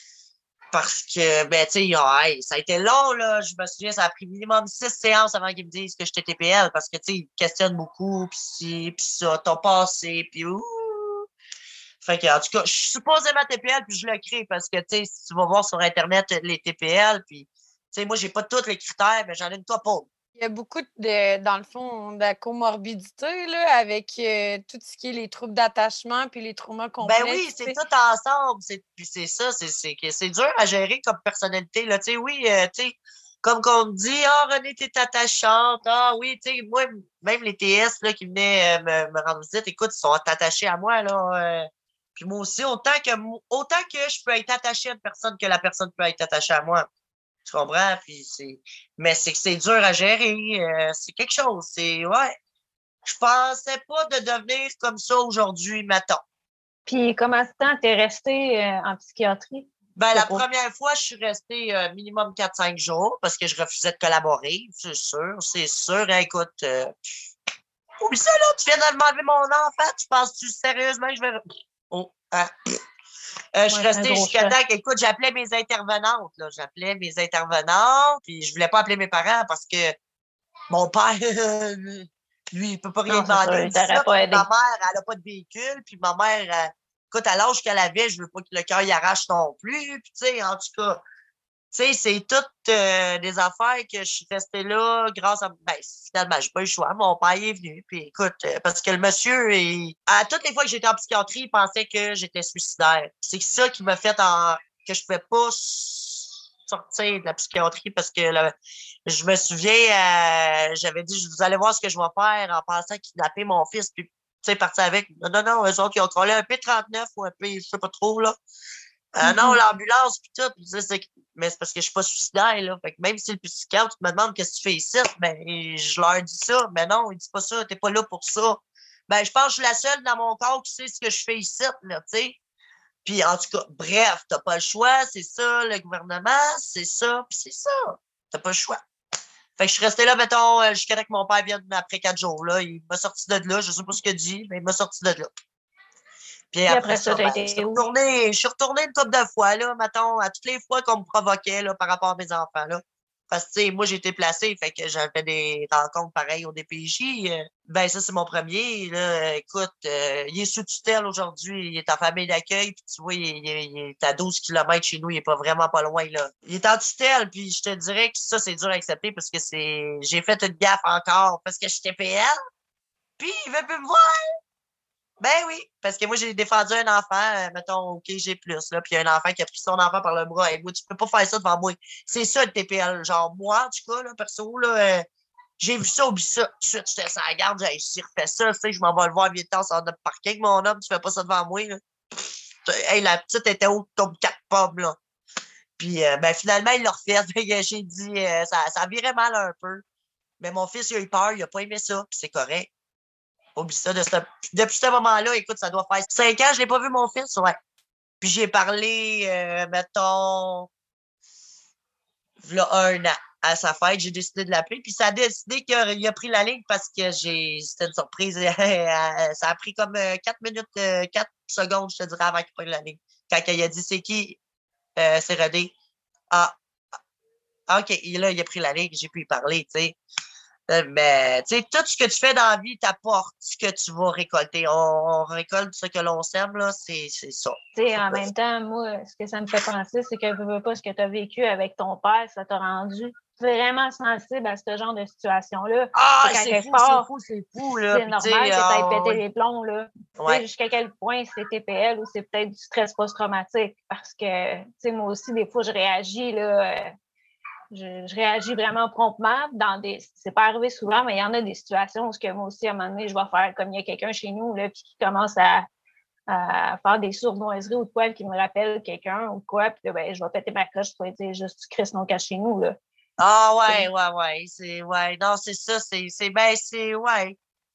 Parce que, ben, tu sais, ouais, ça a été long, là. Je me souviens, ça a pris minimum 6 séances avant qu'ils me disent que j'étais TPL. Parce que, tu sais, ils me questionnent beaucoup, puis ci, puis ça, ton passé, puis ouh. Fait que, en tout cas, je suis supposément TPL, puis je le crée. Parce que, tu sais, si tu vas voir sur Internet les TPL, puis, tu sais, moi, j'ai pas tous les critères, mais j'en ai une couple. Il y a beaucoup dans le fond, de la comorbidité là, avec tout ce qui est les troubles d'attachement puis les traumas Ben complexes. oui, c'est tout ensemble. Puis c'est ça, c'est dur à gérer comme personnalité. Là. Tu sais, oui, tu sais, comme qu'on me dit, ah, René, t'es attachante. Ah oui, tu sais, moi, même les TS là, qui venaient me rendre visite, écoute, ils sont attachés à moi. Là, puis moi aussi, autant que je peux être attaché à une personne que la personne peut être attachée à moi. Tu comprends? Mais c'est que c'est dur à gérer. C'est quelque chose. Ouais. Je pensais pas de devenir comme ça aujourd'hui, mettons. Puis combien de temps t'es resté en psychiatrie? Ben, la première fois, je suis restée minimum 4-5 jours parce que je refusais de collaborer, c'est sûr, c'est sûr. Hein, écoute, oublie ça, là, tu viens de m'enlever mon enfant, tu penses-tu sérieusement que je vais... Oh, hein. Je suis restée jusqu'à temps écoute, j'appelais mes intervenantes, là, puis je voulais pas appeler mes parents parce que mon père, lui, il peut pas rien demander. Ma mère, elle a pas de véhicule, puis ma mère, écoute, à l'âge qu'elle avait, je veux pas que le cœur y arrache non plus, puis tu sais, en tout cas, tu sais, c'est toutes des affaires que je suis restée là grâce à... Ben, finalement, j'ai pas eu le choix. Mon père est venu, puis écoute, parce que le monsieur, à toutes les fois que j'étais en psychiatrie, il pensait que j'étais suicidaire. C'est ça qui m'a fait que je pouvais pas sortir de la psychiatrie parce que je me souviens, j'avais dit, vous allez voir ce que je vais faire en pensant kidnapper mon fils, puis tu sais, partir avec. Non, eux autres, ils ont collé un P39 ou un P, je sais pas trop, là. Non, l'ambulance, puis tout. Mais c'est parce que je suis pas suicidaire, là. Fait que même si le psychiatre me demande qu'est-ce que tu fais ici, ben, je leur dis ça. Mais non, ils disent pas ça, t'es pas là pour ça. Ben, je pense que je suis la seule dans mon corps qui sait ce que je fais ici, là, tu sais. Puis, en tout cas, bref, t'as pas le choix, c'est ça, le gouvernement, c'est ça, puis c'est ça. T'as pas le choix. Fait que je suis restée là, mettons, jusqu'à temps que mon père vienne après 4 jours, là. Il m'a sorti de là, je sais pas ce qu'il dit, mais il m'a sorti de là. Puis après ça, ben, je suis retournée une couple de fois, là, mettons, à toutes les fois qu'on me provoquait, là, par rapport à mes enfants, là. Parce que, tu sais, moi, j'ai été placé, fait que j'avais des rencontres pareilles au DPJ. Ben, ça, c'est mon premier. Là. Écoute, il est sous tutelle aujourd'hui. Il est en famille d'accueil, puis tu vois, il est à 12 kilomètres chez nous. Il est pas vraiment pas loin, là. Il est en tutelle, puis je te dirais que ça, c'est dur à accepter parce que j'ai fait une gaffe encore parce que je suis TPL, puis il veut plus me voir. Ben oui, parce que moi, j'ai défendu un enfant, mettons, au KG+, là, puis il y a un enfant qui a pris son enfant par le bras. Hey, moi, tu peux pas faire ça devant moi. C'est ça, le TPL. Genre, moi, en tout cas, là, perso, là, j'ai vu ça, oublie ça. Tout de suite, j'étais sur la garde, j'ai si refait ça, tu sais, je m'en vais le voir vite en sort de parking, mon homme, tu fais pas ça devant moi, là. Hey, la petite était haute comme 4 pommes, là. Puis, ben, finalement, il l'a refait. J'ai dit, ça virait mal un peu. Mais mon fils, il a eu peur, il a pas aimé ça, puis c'est correct. Oublie ça. Depuis ce moment-là, écoute, ça doit faire 5 ans, je l'ai pas vu, mon fils, ouais. Puis j'ai parlé, mettons, v'là 1 an à sa fête, j'ai décidé de l'appeler. Puis ça a décidé qu'il a pris la ligne parce que c'était une surprise. Ça a pris comme 4 minutes, 4 secondes, je te dirais, avant qu'il prenne la ligne. Quand il a dit c'est qui, c'est Redé. Ah, OK, là, il a pris la ligne, j'ai pu y parler, tu sais. Mais, tu sais, tout ce que tu fais dans la vie t'apporte ce que tu vas récolter. On récolte ce que l'on sème, là, c'est ça. Tu sais, en même temps, moi, ce que ça me fait penser, c'est que veux pas ce que tu as vécu avec ton père, ça t'a rendu vraiment sensible à ce genre de situation-là. Ah, c'est fou, là. C'est Puis, normal que tu aies pété les plombs, là. Ouais. Jusqu'à quel point c'est TPL ou c'est peut-être du stress post-traumatique. Parce que, tu sais, moi aussi, des fois, je réagis, là. Je réagis vraiment promptement c'est pas arrivé souvent, mais il y en a des situations où que moi aussi, à un moment donné, je vais faire comme il y a quelqu'un chez nous, là, puis qui commence à faire des sournoiseries ou de quoi, qui me rappelle quelqu'un ou quoi, puis là, ben, je vais péter ma coche, je vais dire juste, tu crisses non cache chez nous, là. Ah, ouais. Non, c'est ça, ouais.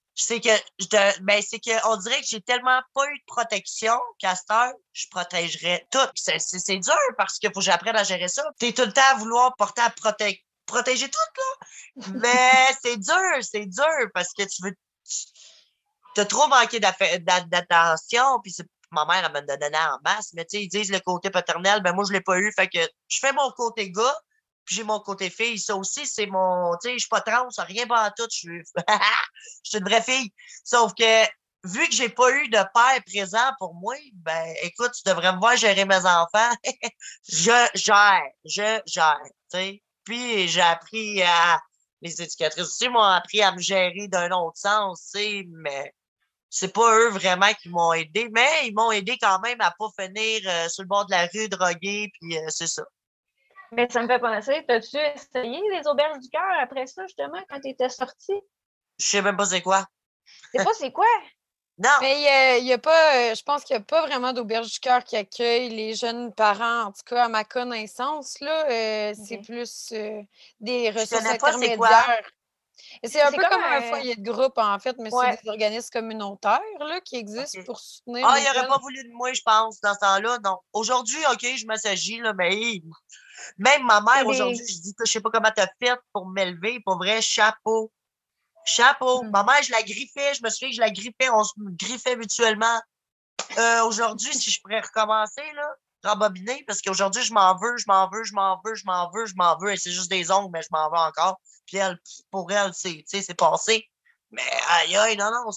C'est que, on dirait que j'ai tellement pas eu de protection qu'à cette heure, je protégerais tout. C'est dur parce qu'il faut que j'apprenne à gérer ça. T'es tout le temps à vouloir porter à protéger tout, là. Mais c'est dur parce que t'as trop manqué d'attention, puis ma mère, elle me donnait en masse, mais tu sais, ils disent le côté paternel, ben moi, je l'ai pas eu, fait que je fais mon côté gars, puis j'ai mon côté fille. Ça aussi, c'est mon, tu sais, je suis pas trans, rien pas en tout, je suis une vraie fille. Sauf que, vu que j'ai pas eu de père présent pour moi, ben, écoute, tu devrais me voir gérer mes enfants. Je gère, tu sais. Puis, j'ai appris les éducatrices aussi m'ont appris à me gérer d'un autre sens, tu sais, mais c'est pas eux vraiment qui m'ont aidé, mais ils m'ont aidé quand même à pas finir sur le bord de la rue, drogué, puis c'est ça. Mais ça me fait penser, t'as-tu essayé les auberges du cœur après ça, justement, quand tu étais sortie? Je sais même pas c'est quoi. C'est pas c'est quoi? Non! Mais il y a pas, je pense qu'il n'y a pas vraiment d'auberge du cœur qui accueille les jeunes parents, en tout cas à ma connaissance, là. C'est plus des Je ressources connais pas c'est quoi. intermédiaires. C'est un C'est peu comme comme un foyer de groupe, en fait, mais Ouais. c'est des organismes communautaires là, qui existent Ok. pour soutenir Ah, les il aurait jeunes. pas voulu de moi, je pense, dans ce temps-là, non. Aujourd'hui, OK, je m'assagis, là, mais même ma C'est mère, des. aujourd'hui, je dis, je sais pas comment t'as fait pour m'élever. Pour vrai, chapeau. Chapeau. Ma mère, je la griffais, je me souviens que je la griffais, on se griffait mutuellement. Aujourd'hui, si je pourrais recommencer, là, rembobiner, parce qu'aujourd'hui, je m'en veux, je m'en veux, je m'en veux, je m'en veux, je m'en veux, et c'est juste des ongles, mais je m'en veux encore. Puis elle, pour elle, c'est passé. Mais aïe, aïe, non, non,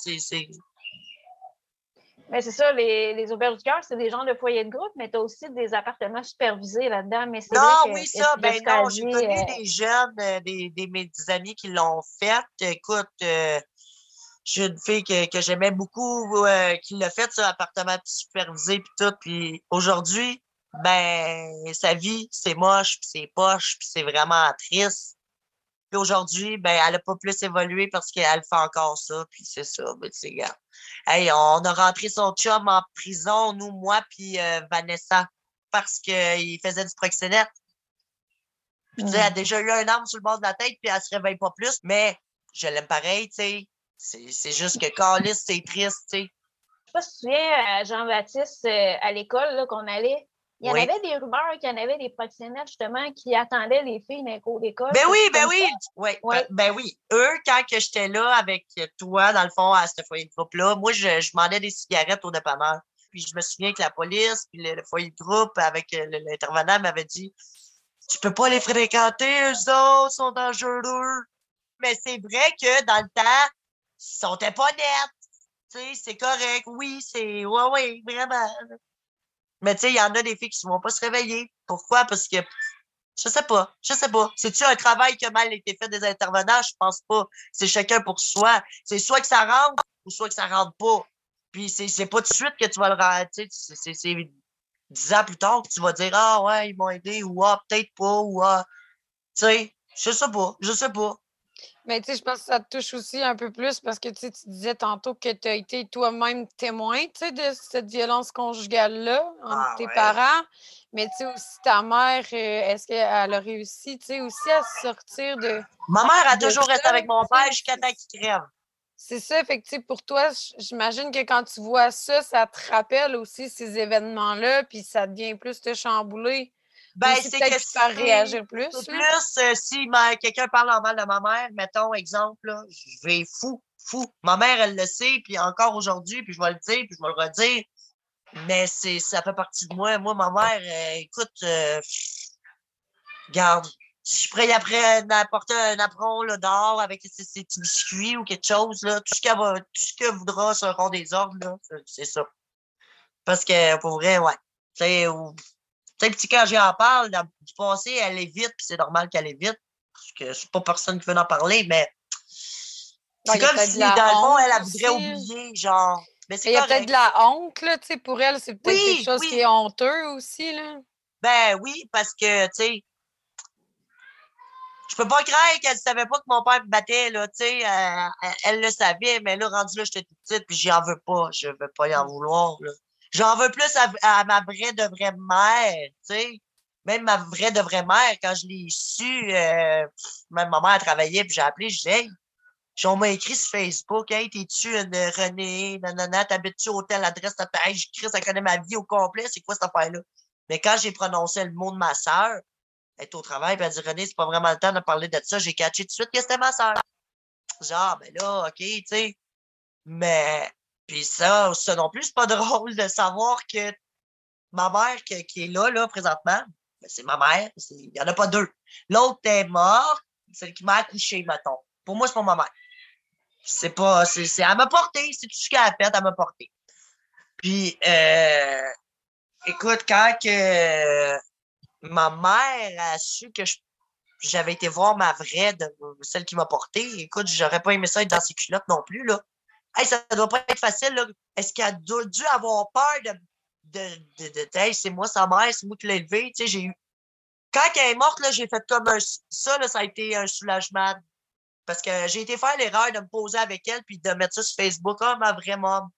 Mais c'est ça, les auberges du cœur, c'est des genres de foyers de groupe, mais tu as aussi des appartements supervisés là-dedans. Mais c'est vrai Non, que, oui, ça, de ben ce non, qu'a j'ai dit, connu des jeunes, mes amis qui l'ont fait. Écoute, j'ai une fille que j'aimais beaucoup qui l'a fait, ça, appartement supervisé puis tout. Puis aujourd'hui, ben, sa vie, c'est moche, puis c'est poche, puis c'est vraiment triste. Puis aujourd'hui, ben, elle a pas plus évolué parce qu'elle fait encore ça, puis c'est ça, ben, tu sais, gars. Hey, on a rentré son chum en prison, nous, moi, puis Vanessa, parce qu'il faisait du proxénète. Puis, tu sais, elle a déjà eu un arme sur le bord de la tête, puis elle se réveille pas plus, mais je l'aime pareil, tu sais. C'est juste que Carlis, c'est triste, tu sais. je sais pas si tu te souviens, à Jean-Baptiste, à l'école, là, qu'on allait, il y en Oui. avait des rumeurs qu'il y en avait des proxénètes, justement, qui attendaient les filles dans les cours d'école. Ben oui, ben comme oui. ça? Ouais, Ouais. ben oui. Eux, quand que j'étais là avec toi, dans le fond, à ce foyer de groupe-là, moi, je demandais des cigarettes au dépanneur. Puis je me souviens que la police, puis le foyer de groupe avec l'intervenant m'avait dit tu peux pas les fréquenter, eux autres sont dangereux. Mais c'est vrai que dans le temps, ils sont pas nets. Tu sais, c'est correct. Oui, ouais, vraiment. Mais tu sais, il y en a des filles qui ne vont pas se réveiller. Pourquoi? Parce que, je sais pas. C'est-tu un travail qui a mal été fait des intervenants? Je pense pas. C'est chacun pour soi. C'est soit que ça rentre ou soit que ça rentre pas. Puis c'est pas tout de suite que tu vas le rendre. C'est 10 ans plus tard que tu vas dire, ah ouais, ils m'ont aidé, ou ah, peut-être pas, ou ah, tu sais, je sais pas. Mais tu sais, je pense que ça te touche aussi un peu plus parce que tu disais tantôt que tu as été toi-même témoin, tu sais, de cette violence conjugale-là entre Ah tes ouais. parents. Mais tu sais, aussi ta mère, est-ce qu'elle a réussi, tu sais, aussi à sortir Ma mère a de toujours resté ça? avec mon Tu père sais, jusqu'à temps qu'il crève. c'est ça, fait que tu sais, pour toi, j'imagine que quand tu vois ça, ça te rappelle aussi ces événements-là, puis ça devient plus te chambouler. Ben, Aussi c'est que peut-être te faire réagir plus, c'est là. plus si quelqu'un parle en mal de ma mère, mettons, exemple, là, je vais fou. Ma mère, elle le sait, puis encore aujourd'hui, puis je vais le dire, puis je vais le redire. Mais ça fait partie de moi. Moi, ma mère, écoute, garde, si je suis prêt après d'apporter un apron là, dehors avec ses petits biscuits ou quelque chose, là, tout ce qu'elle voudra seront des ordres, là, c'est ça. Parce que pour vrai, ouais. Tu sais, petit, quand j'en parle, du passé, elle est vite, puis c'est normal qu'elle est vite. Parce que c'est pas personne qui veut en parler, mais c'est Il y a comme peut-être de si, la dans le fond, elle, honte elle voudrait aussi. oublier, genre. Mais c'est Il y a peut-être de correct. la honte, là, tu sais, pour elle, c'est peut-être quelque chose qui est Oui. honteux aussi, là. Ben oui, parce que, tu sais, je peux pas croire qu'elle savait pas que mon père me battait, là, tu sais. Elle le savait, mais là, rendu là, j'étais toute petite, puis j'y en veux pas. Je veux pas y en vouloir, là. J'en veux plus à ma vraie de vraie mère, tu sais. Même ma vraie de vraie mère, quand je l'ai su, même ma mère travaillait, puis j'ai appelé, je disais, hey, on m'a écrit sur Facebook, hey, t'es-tu une Renée, nanana, t'habites-tu au tel adresse, hey, j'écris, ça connaît ma vie au complet, c'est quoi cette affaire-là? Mais quand j'ai prononcé le mot de ma sœur, elle est au travail, puis elle dit, René, c'est pas vraiment le temps de parler de ça, j'ai catché tout de suite que c'était ma sœur. Genre, ben là, OK, tu sais. Mais, puis ça non plus, c'est pas drôle de savoir que ma mère qui est là, présentement, ben, c'est ma mère, il y en a pas deux. L'autre est morte, celle qui m'a accouché, mettons. Pour moi, c'est pas ma mère. C'est pas, elle m'a porté, c'est tout ce qu'elle a fait, elle m'a porté. Puis, écoute, quand que ma mère a su que j'avais été voir ma vraie, celle qui m'a porté, écoute, j'aurais pas aimé ça être dans ses culottes non plus, là. Hey, ça doit pas être facile, là. Est-ce qu'elle a dû avoir peur hey, c'est moi sa mère, c'est moi qui l'ai élevée, tu sais, j'ai eu. Quand elle est morte, là, j'ai fait comme ça, là, ça a été un soulagement. Parce que j'ai été faire l'erreur de me poser avec elle puis de mettre ça sur Facebook. Ah, ma vraie maman.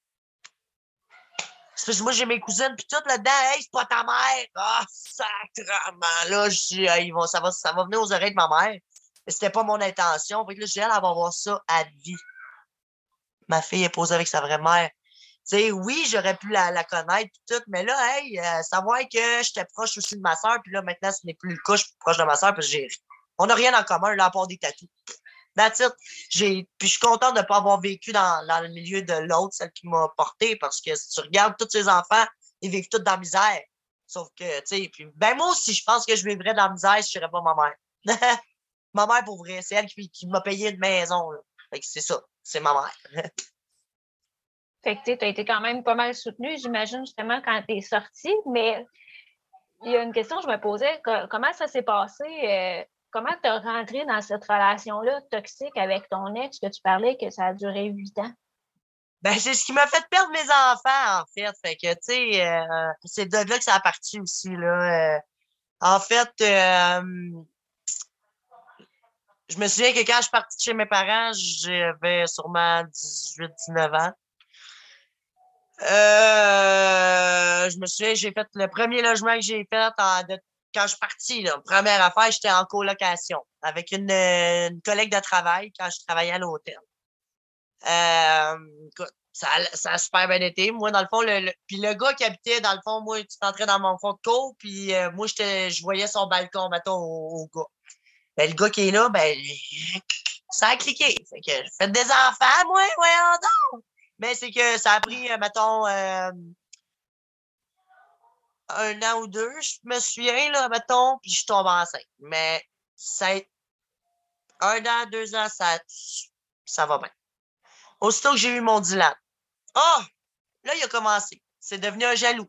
C'est parce que moi, j'ai mes cousines puis tout là-dedans. Hey, c'est pas ta mère. Ah, sacrement. Là, je dis, hey, ça va venir aux oreilles de ma mère. Mais c'était pas mon intention. Fait que là, je dis, elle va voir ça à vie. Ma fille est posée avec sa vraie mère. Tu sais, oui, j'aurais pu la connaître puis tout, mais là, hey, savoir que j'étais proche aussi de ma soeur, puis là, maintenant, ce n'est plus le cas, je suis proche de ma soeur, parce que on n'a rien en commun, là, à part des tatous. That's it. Puis je suis contente de ne pas avoir vécu dans le milieu de l'autre, celle qui m'a porté, parce que si tu regardes tous ces enfants, ils vivent tous dans la misère. Sauf que, tu sais, puis ben moi aussi, je pense que je vivrais dans la misère si je serais pas ma mère. Ma mère, pour vrai, c'est elle qui m'a payé une maison, là. Fait que c'est ça, c'est ma mère. Fait que tu as été quand même pas mal soutenue, j'imagine, justement, quand tu es sortie. Mais il y a une question que je me posais. Comment ça s'est passé? Comment tu as rentré dans cette relation-là toxique avec ton ex que tu parlais que ça a duré 8 ans? Ben, c'est ce qui m'a fait perdre mes enfants, en fait. Fait que, tu sais, c'est de là que ça a parti aussi, là. En fait, je me souviens que quand je suis partie de chez mes parents, j'avais sûrement 18, 19 ans. Je me souviens, j'ai fait le premier logement que j'ai fait quand je suis partie, là. Première affaire, j'étais en colocation avec une collègue de travail quand je travaillais à l'hôtel. Écoute, ça a super bien été. Moi, dans le fond, puis le gars qui habitait, dans le fond, moi, tu entrais dans mon fond de cour, puis moi, je voyais son balcon, mettons, au gars. Ben, le gars qui est là, ben, ça a cliqué. Fait que, faites des enfants, moi, voyons donc. Mais c'est que ça a pris, mettons, un an ou deux, je me souviens, là, mettons, puis je tombe enceinte. Mais ça a été un an, 2 ans, ça va bien. Aussitôt que j'ai eu mon Dylan, ah! Là, il a commencé. C'est devenu un jaloux.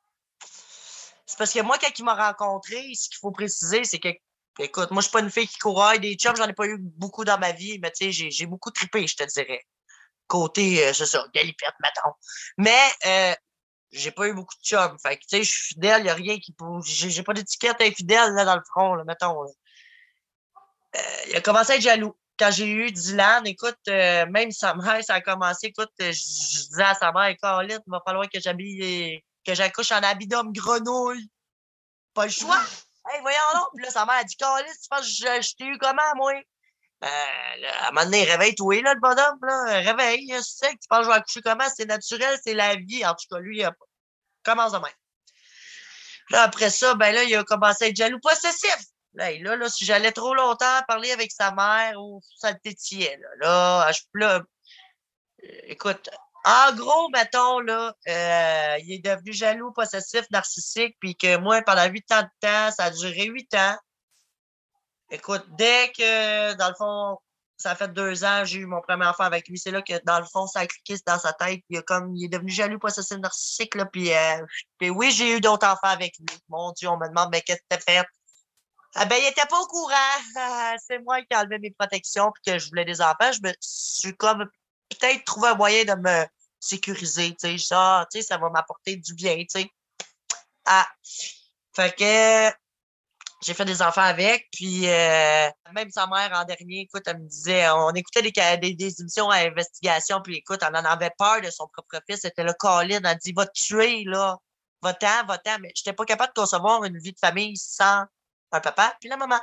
C'est parce que moi, quand il m'a rencontré, ce qu'il faut préciser, c'est que, écoute, moi, je suis pas une fille qui couraille des chums, j'en ai pas eu beaucoup dans ma vie, mais tu sais, j'ai beaucoup trippé, je te dirais. Côté, c'est ça, galipette, mettons. Mais, j'ai pas eu beaucoup de chums. Fait que, tu sais, je suis fidèle, y a rien qui peut. J'ai pas d'étiquette infidèle, là, dans le front, là, mettons, là. Il a commencé à être jaloux. Quand j'ai eu Dylan, écoute, même sa mère, ça a commencé, écoute, je disais à sa mère, Caroline, il va falloir que j'accouche en habit d'homme grenouille. Pas le choix. Hey, voyons donc. Puis là, sa mère a dit, Caroline, tu penses que je t'ai eu comment, moi? Là, à un moment donné, réveille-toi, là, le bonhomme, là. Réveille, tu sais, que tu penses que je vais accoucher comment? C'est naturel, c'est la vie. En tout cas, lui, il commence de même. Là, après ça, ben là, il a commencé à être jaloux possessif. Là, si j'allais trop longtemps parler avec sa mère, ou ça le tétillait, là, écoute, en gros, mettons, là, il est devenu jaloux, possessif, narcissique, puis que moi, pendant 8 ans de temps, ça a duré 8 ans. Écoute, dès que, dans le fond, ça a fait 2 ans, j'ai eu mon premier enfant avec lui, c'est là que, dans le fond, ça a cliqué dans sa tête, il est devenu jaloux, possessif, narcissique, là, puis oui, j'ai eu d'autres enfants avec lui. Mon Dieu, on me demande, mais qu'est-ce que t'as fait? Ah ben, il était pas au courant. C'est moi qui ai enlevé mes protections puis que je voulais des enfants. Je me suis comme peut-être trouvé un moyen de me sécuriser, tu sais, genre, tu sais, ça va m'apporter du bien, tu sais. Ah, fait que j'ai fait des enfants avec, puis même sa mère en dernier, écoute, elle me disait, on écoutait des émissions à investigation, puis écoute, elle en avait peur de son propre fils. C'était le Colin, elle dit, va te tuer, là, va-t'en, mais j'étais pas capable de concevoir une vie de famille sans un papa puis la maman.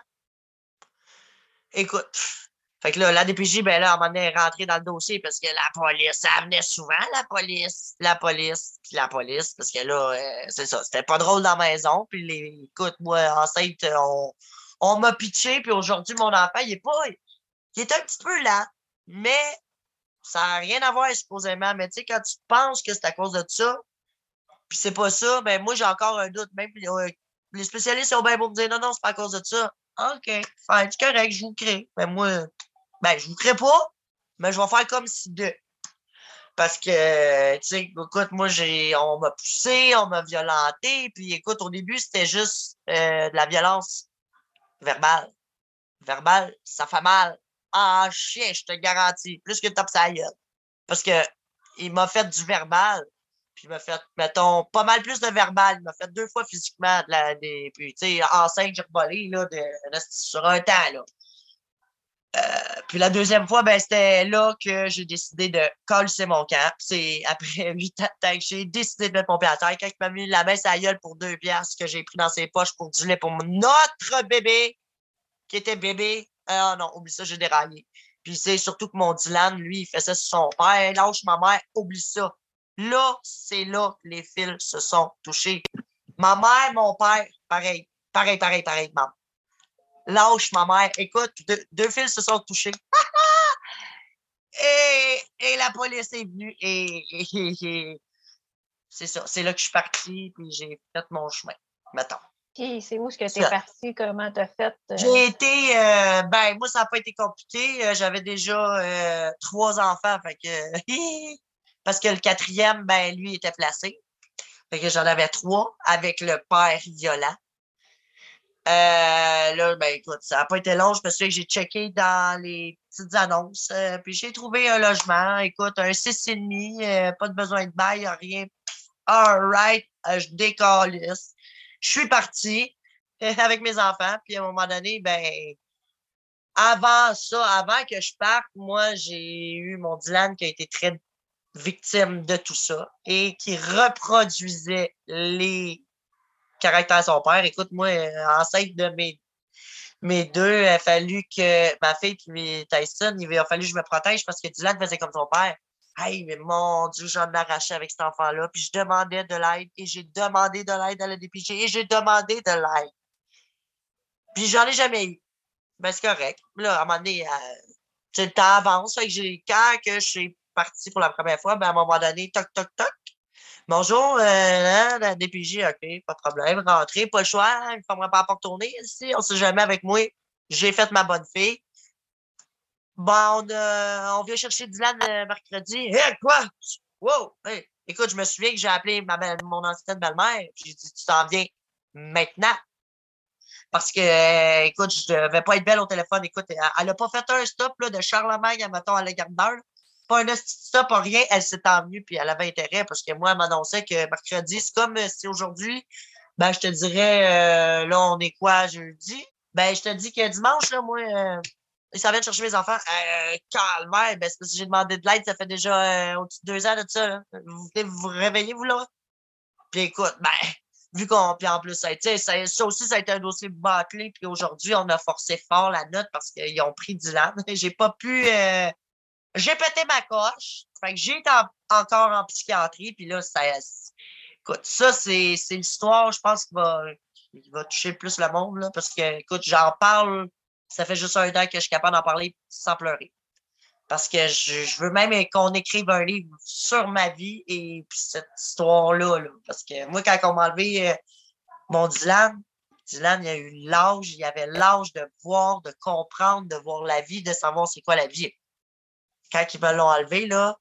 Écoute, fait que là, la DPJ, ben là, à un moment donné, elle est rentrée dans le dossier parce que la police, ça venait souvent, puis la police, parce que là, c'est ça, c'était pas drôle dans la maison, puis écoute, moi, enceinte, on m'a pitché, puis aujourd'hui, mon enfant, il est un petit peu lent, mais ça n'a rien à voir, supposément, mais tu sais, quand tu penses que c'est à cause de ça, puis c'est pas ça, ben moi, j'ai encore un doute, même, les spécialistes sont bien beaux me dire, non, non, c'est pas à cause de ça. OK, fine, c'est correct, je vous crée. Mais moi, ben, je vous crée pas, mais je vais faire comme si de. Parce que, tu sais, écoute, moi, on m'a poussé, on m'a violenté, puis écoute, au début, c'était juste de la violence verbale. Verbale, ça fait mal. Ah, chien, je te garantis. Plus que top sa gueule. Parce que il m'a fait du verbal, puis il m'a fait, mettons, pas mal plus de verbal. Il m'a fait 2 fois physiquement puis, tu sais, enceinte, j'ai revolé, là, sur un temps, là. Puis la deuxième fois, ben, c'était là que j'ai décidé de coller mon camp. C'est après 8 ans de temps que j'ai décidé de mettre mon pied à terre. Quand il m'a mis la main à la gueule pour 2 piastres que j'ai pris dans ses poches pour du lait pour notre bébé, qui était bébé. Ah non, oublie ça, j'ai déraillé. Puis c'est surtout que mon Dylan, lui, il fait ça sur son père. Lâche ma mère, oublie ça. Là, c'est là que les fils se sont touchés. Ma mère, mon père, pareil. Pareil, maman. Lâche ma mère. Écoute, deux fils se sont touchés. Et la police est venue et c'est ça. C'est là que je suis partie puis j'ai fait mon chemin. Mettons. Puis, c'est où est-ce que tu es parti? Comment t'as fait? J'ai été, ben, moi, ça n'a pas été compliqué. J'avais déjà 3 enfants, fait que, parce que le quatrième, ben, lui, était placé. Fait que j'en avais 3 avec le père violent. Là, ben, écoute, ça n'a pas été long. Je me suis dit que j'ai checké dans les petites annonces, puis j'ai trouvé un logement. Écoute, un 6,5, pas de besoin de bail, rien. All right, je décalisse. Je suis parti avec mes enfants, puis à un moment donné, ben, avant ça, avant que je parte, moi, j'ai eu mon Dylan qui a été très victime de tout ça et qui reproduisait les caractères de son père. Écoute, moi, enceinte de mes deux, il a fallu que ma fille puis Tyson, il a fallu que je me protège parce que Dylan faisait comme son père. Hey, mais mon Dieu, j'en ai arraché avec cet enfant-là. Puis je demandais de l'aide et j'ai demandé de l'aide à la DPJ et j'ai demandé de l'aide. Puis j'en ai jamais eu. Ben, c'est correct. Là, à un moment donné, le temps avance. Fait que quand que je suis partie pour la première fois, ben, à un moment donné, toc, toc, toc. Bonjour, la DPJ, OK, pas de problème. Rentrez, pas le choix, il ne faudra pas retourner ici, on sait jamais avec moi. J'ai fait ma bonne fille. Bon, on vient chercher Dylan mercredi. Hé, quoi? Wow! Hey, écoute, je me souviens que j'ai appelé mon ancienne belle-mère. J'ai dit, tu t'en viens maintenant. Parce que, écoute, je devais pas être belle au téléphone. Écoute, elle a pas fait un stop là, de Charlemagne, mettons, à la gare d'heure. Pas un stop, pas rien. Elle s'est envenue, puis elle avait intérêt parce que moi, elle m'annonçait que mercredi, c'est comme si aujourd'hui, ben, je te dirais, là, on est quoi, jeudi? Ben, je te dis que dimanche, là, moi, ils s'en viennent chercher mes enfants. Calvaire, ben, c'est parce que j'ai demandé de l'aide, ça fait déjà au-dessus de 2 ans de ça, là. Vous venez vous réveiller, vous, là? Puis écoute, ben, vu qu'on. Puis en plus, ça aussi, ça a été un dossier bâclé. Puis aujourd'hui, on a forcé fort la note parce qu'ils ont pris Dylan. J'ai pas pu. J'ai pété ma coche. Fait que j'ai été encore en psychiatrie. Puis là, écoute, ça, c'est l'histoire, je pense, qu'il va toucher plus le monde, là. Parce que, écoute, j'en parle. Ça fait juste un an que je suis capable d'en parler sans pleurer. Parce que je veux même qu'on écrive un livre sur ma vie et puis cette histoire-là. Là. Parce que moi, quand on m'a enlevé mon Dylan, il avait l'âge de voir, de comprendre, de voir la vie, de savoir c'est quoi la vie. Quand ils me l'ont enlevé, là,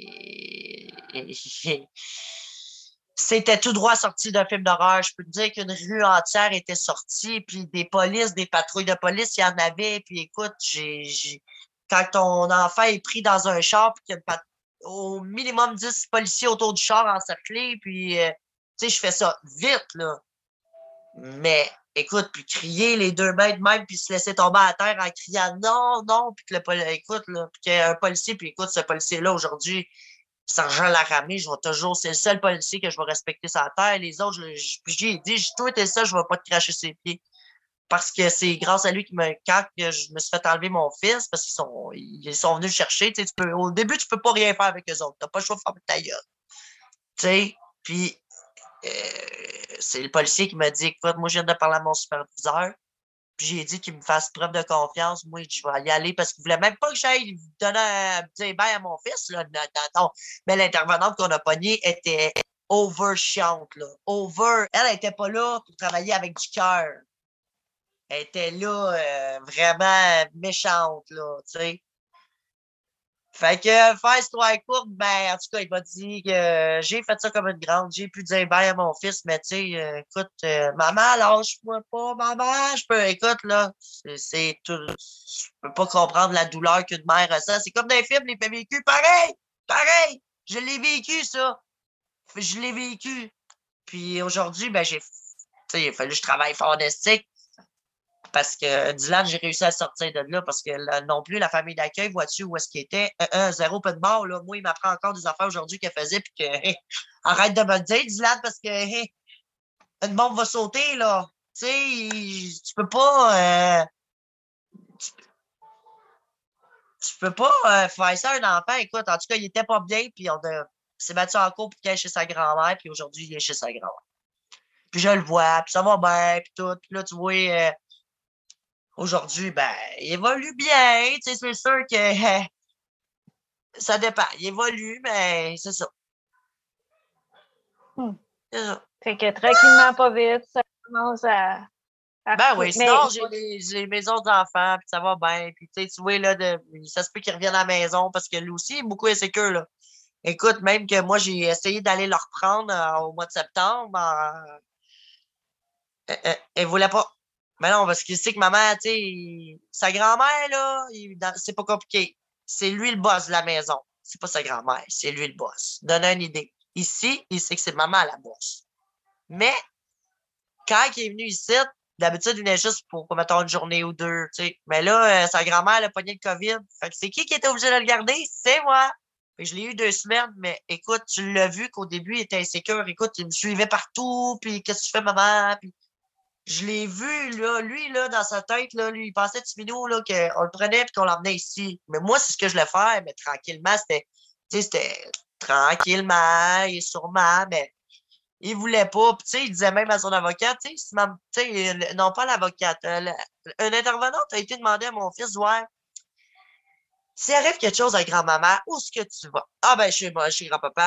c'était tout droit sorti d'un film d'horreur. Je peux te dire qu'une rue entière était sortie, puis des polices, des patrouilles de police, il y en avait. Puis écoute, quand ton enfant est pris dans un char, puis qu'il y a au minimum 10 policiers autour du char encerclés, puis tu sais, je fais ça vite, là. Mais écoute, puis crier les 2 mètres même, puis se laisser tomber à terre en criant non, non, puis que écoute, là, puis qu'il y a un policier, puis écoute, ce policier-là, aujourd'hui, Sergent Laramie, je vais toujours, c'est le seul policier que je vais respecter sur la terre. Les autres, j'ai dit, toi, t'es ça, je vais pas te cracher ses pieds. Parce que c'est grâce à lui quand je me suis fait enlever mon fils, parce qu'ils sont venus le chercher. Tu sais, au début, tu peux pas rien faire avec eux autres. T'as pas le choix de faire ta gueule. Tu sais, puis c'est le policier qui m'a dit, écoute, moi, je viens de parler à mon superviseur. Puis j'ai dit qu'il me fasse preuve de confiance. Moi, je vais y aller parce qu'il voulait même pas que j'aille dire bye à mon fils. Là. Non. Mais l'intervenante qu'on a pognée était over chiante. Là. Over. Elle était pas là pour travailler avec du cœur. Elle était là vraiment méchante, là, tu sais. Fait que faire histoire courte, ben, en tout cas, il m'a dit que j'ai fait ça comme une grande. J'ai pu dire bye à mon fils, mais tu sais, écoute, maman, lâche-moi pas, maman, je peux, écoute, là, c'est tout. Je peux pas comprendre la douleur qu'une mère ressent. C'est comme dans les films, les faits vécus, pareil, pareil. Je l'ai vécu, ça. Je l'ai vécu. Puis aujourd'hui, ben, tu sais, il a fallu que je travaille fort d'esthétique. Parce que Dylan, j'ai réussi à sortir de là parce que là, non plus, la famille d'accueil, vois-tu où est-ce qu'il était? Zéro peu de mort. Là. Moi, il m'apprend encore des affaires aujourd'hui qu'elle faisait. Puis que, arrête de me le dire, Dylan, parce que une bombe va sauter. Là. Tu sais, tu peux pas. Tu peux pas faire ça à un enfant. Écoute, en tout cas, il était pas bien. Puis s'est battu en cours pour qu'il aille chez sa grand-mère. Puis aujourd'hui, il est chez sa grand-mère. Puis je le vois. Puis ça va bien. Puis tout. Puis là, tu vois. Aujourd'hui, ben, il évolue bien. Tu sais, c'est sûr que ça dépend. Il évolue, mais c'est ça. C'est ça. Fait que tranquillement, pas vite, ça commence à Ben oui, sinon, mais j'ai mes autres enfants, puis ça va bien. Puis tu vois, là, ça se peut qu'ils reviennent à la maison parce que lui aussi, il est beaucoup insécure, là. Écoute, même que moi, j'ai essayé d'aller le reprendre au mois de septembre. Elle voulait pas. Mais non, parce qu'il sait que maman, tu sais, sa grand-mère, là, c'est pas compliqué. C'est lui le boss de la maison. C'est pas sa grand-mère, c'est lui le boss. Donne une idée. Ici, il sait que c'est maman à la bourse. Mais, quand il est venu ici, d'habitude, il venait juste pour, mettons, une journée ou deux, tu sais. Mais là, sa grand-mère, elle a pogné le COVID. Fait que c'est qui était obligé de le garder? C'est moi. Fait que je l'ai eu 2 semaines, mais écoute, tu l'as vu qu'au début, il était insécure. Écoute, il me suivait partout, puis qu'est-ce que tu fais, maman? Puis je l'ai vu, là, lui, là, dans sa tête, là, lui, il pensait, Timino, là, qu'on le prenait et qu'on l'emmenait ici. Mais moi, c'est ce que je voulais faire, mais tranquillement, c'était tranquillement et sûrement, mais il voulait pas. Puis, tu sais, il disait même à son avocat, tu sais, non pas l'avocate, un intervenant a été demandé à mon fils, ouais, s'il arrive quelque chose à grand-maman, où est-ce que tu vas? Ah, ben, chez moi, chez grand-papa.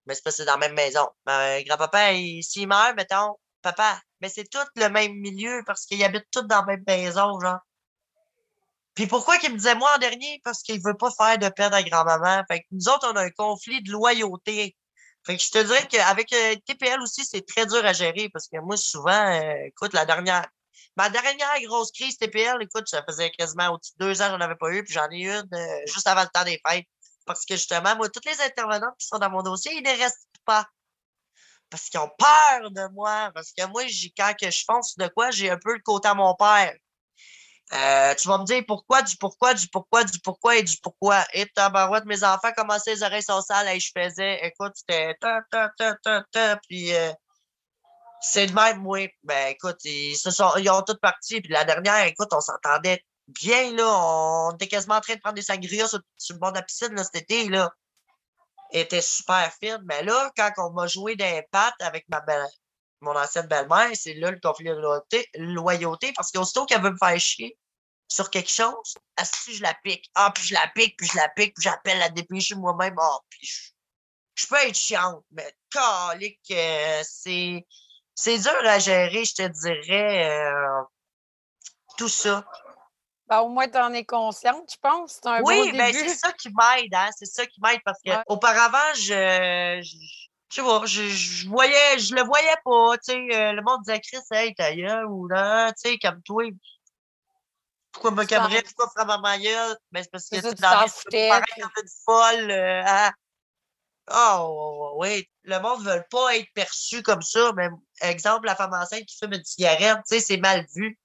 Mais c'est parce que c'est dans la même maison. Grand-papa, s'il meurt, mettons, papa, mais c'est tout le même milieu parce qu'ils habitent tous dans la même maison, genre. Puis pourquoi qu'il me disait moi en dernier? Parce qu'il veut pas faire de peine à grand-maman. Fait que nous autres, on a un conflit de loyauté. Fait que je te dirais qu'avec TPL aussi, c'est très dur à gérer parce que moi, souvent, écoute, ma dernière grosse crise TPL, écoute, ça faisait quasiment au-dessus de 2 ans, j'en avais pas eu, puis j'en ai eu une juste avant le temps des fêtes. Parce que justement, moi, toutes les intervenantes qui sont dans mon dossier, ils ne restent pas. Parce qu'ils ont peur de moi. Parce que moi, quand que je fonce de quoi, j'ai un peu le côté à mon père. Tu vas me dire pourquoi, du pourquoi, du pourquoi, du pourquoi et du pourquoi. Et tabarouette, mes enfants commençaient, les oreilles sont sales, et je faisais, écoute, c'était puis c'est de même, oui. Ben, écoute, ils ont tous parti, puis la dernière, écoute, on s'entendait bien, là, on était quasiment en train de prendre des sangrias sur le bord de la piscine, là, cet été, là. Elle était super fine, mais là, quand on m'a joué d'un pattes avec mon ancienne belle-mère, c'est là le conflit de loyauté, parce qu'aussitôt qu'elle veut me faire chier sur quelque chose, si je la pique. Ah, puis je la pique, puis je la pique, puis j'appelle la dépêcher moi-même. Ah, puis je peux être chiante, mais calique, c'est dur à gérer, je te dirais, tout ça. Ben, au moins, tu en es consciente, je pense. C'est un bon Oui, ben c'est début. ça qui m'aide, hein. C'est ça qui m'aide parce que Ouais. auparavant, je sais pas, je le voyais pas, tu sais, le monde disait Chris, hey, ta gueule, ou là, tu sais, comme toi, pourquoi me cabrer, pourquoi faire ma gueule? Ben, c'est parce que, C'est tu ça, sais, tu dans la t'en vie, tu peux foutais. paraître comme une folle, hein. Oh, oui, le monde ne veut pas être perçu comme ça, mais exemple, la femme enceinte qui fume une cigarette, tu sais, c'est mal vu.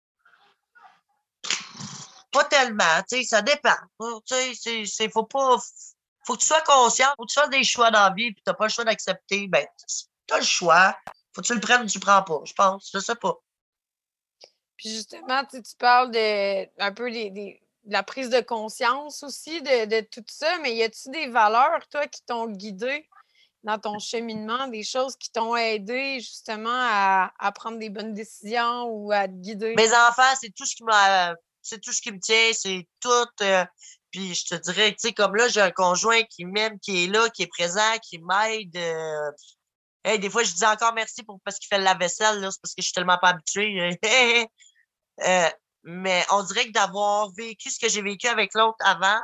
Pas tellement, tu sais, ça dépend. Tu sais, faut que tu sois conscient, faut que tu fasses des choix dans la vie, puis t'as pas le choix d'accepter, ben, t'as le choix. Faut que tu le prennes ou tu le prends pas, je pense. Je sais pas. Puis justement, tu parles de un peu de la prise de conscience aussi de tout ça, mais y a-tu des valeurs, toi, qui t'ont guidé dans ton cheminement, des choses qui t'ont aidé justement à prendre des bonnes décisions ou à te guider? Mes enfants, c'est tout ce qui me tient, c'est tout. Puis je te dirais, tu sais, comme là, j'ai un conjoint qui m'aime, qui est là, qui est présent, qui m'aide. Hey, des fois, je dis encore merci parce qu'il fait la vaisselle, là, c'est parce que je suis tellement pas habituée. Euh, mais on dirait que d'avoir vécu ce que j'ai vécu avec l'autre avant,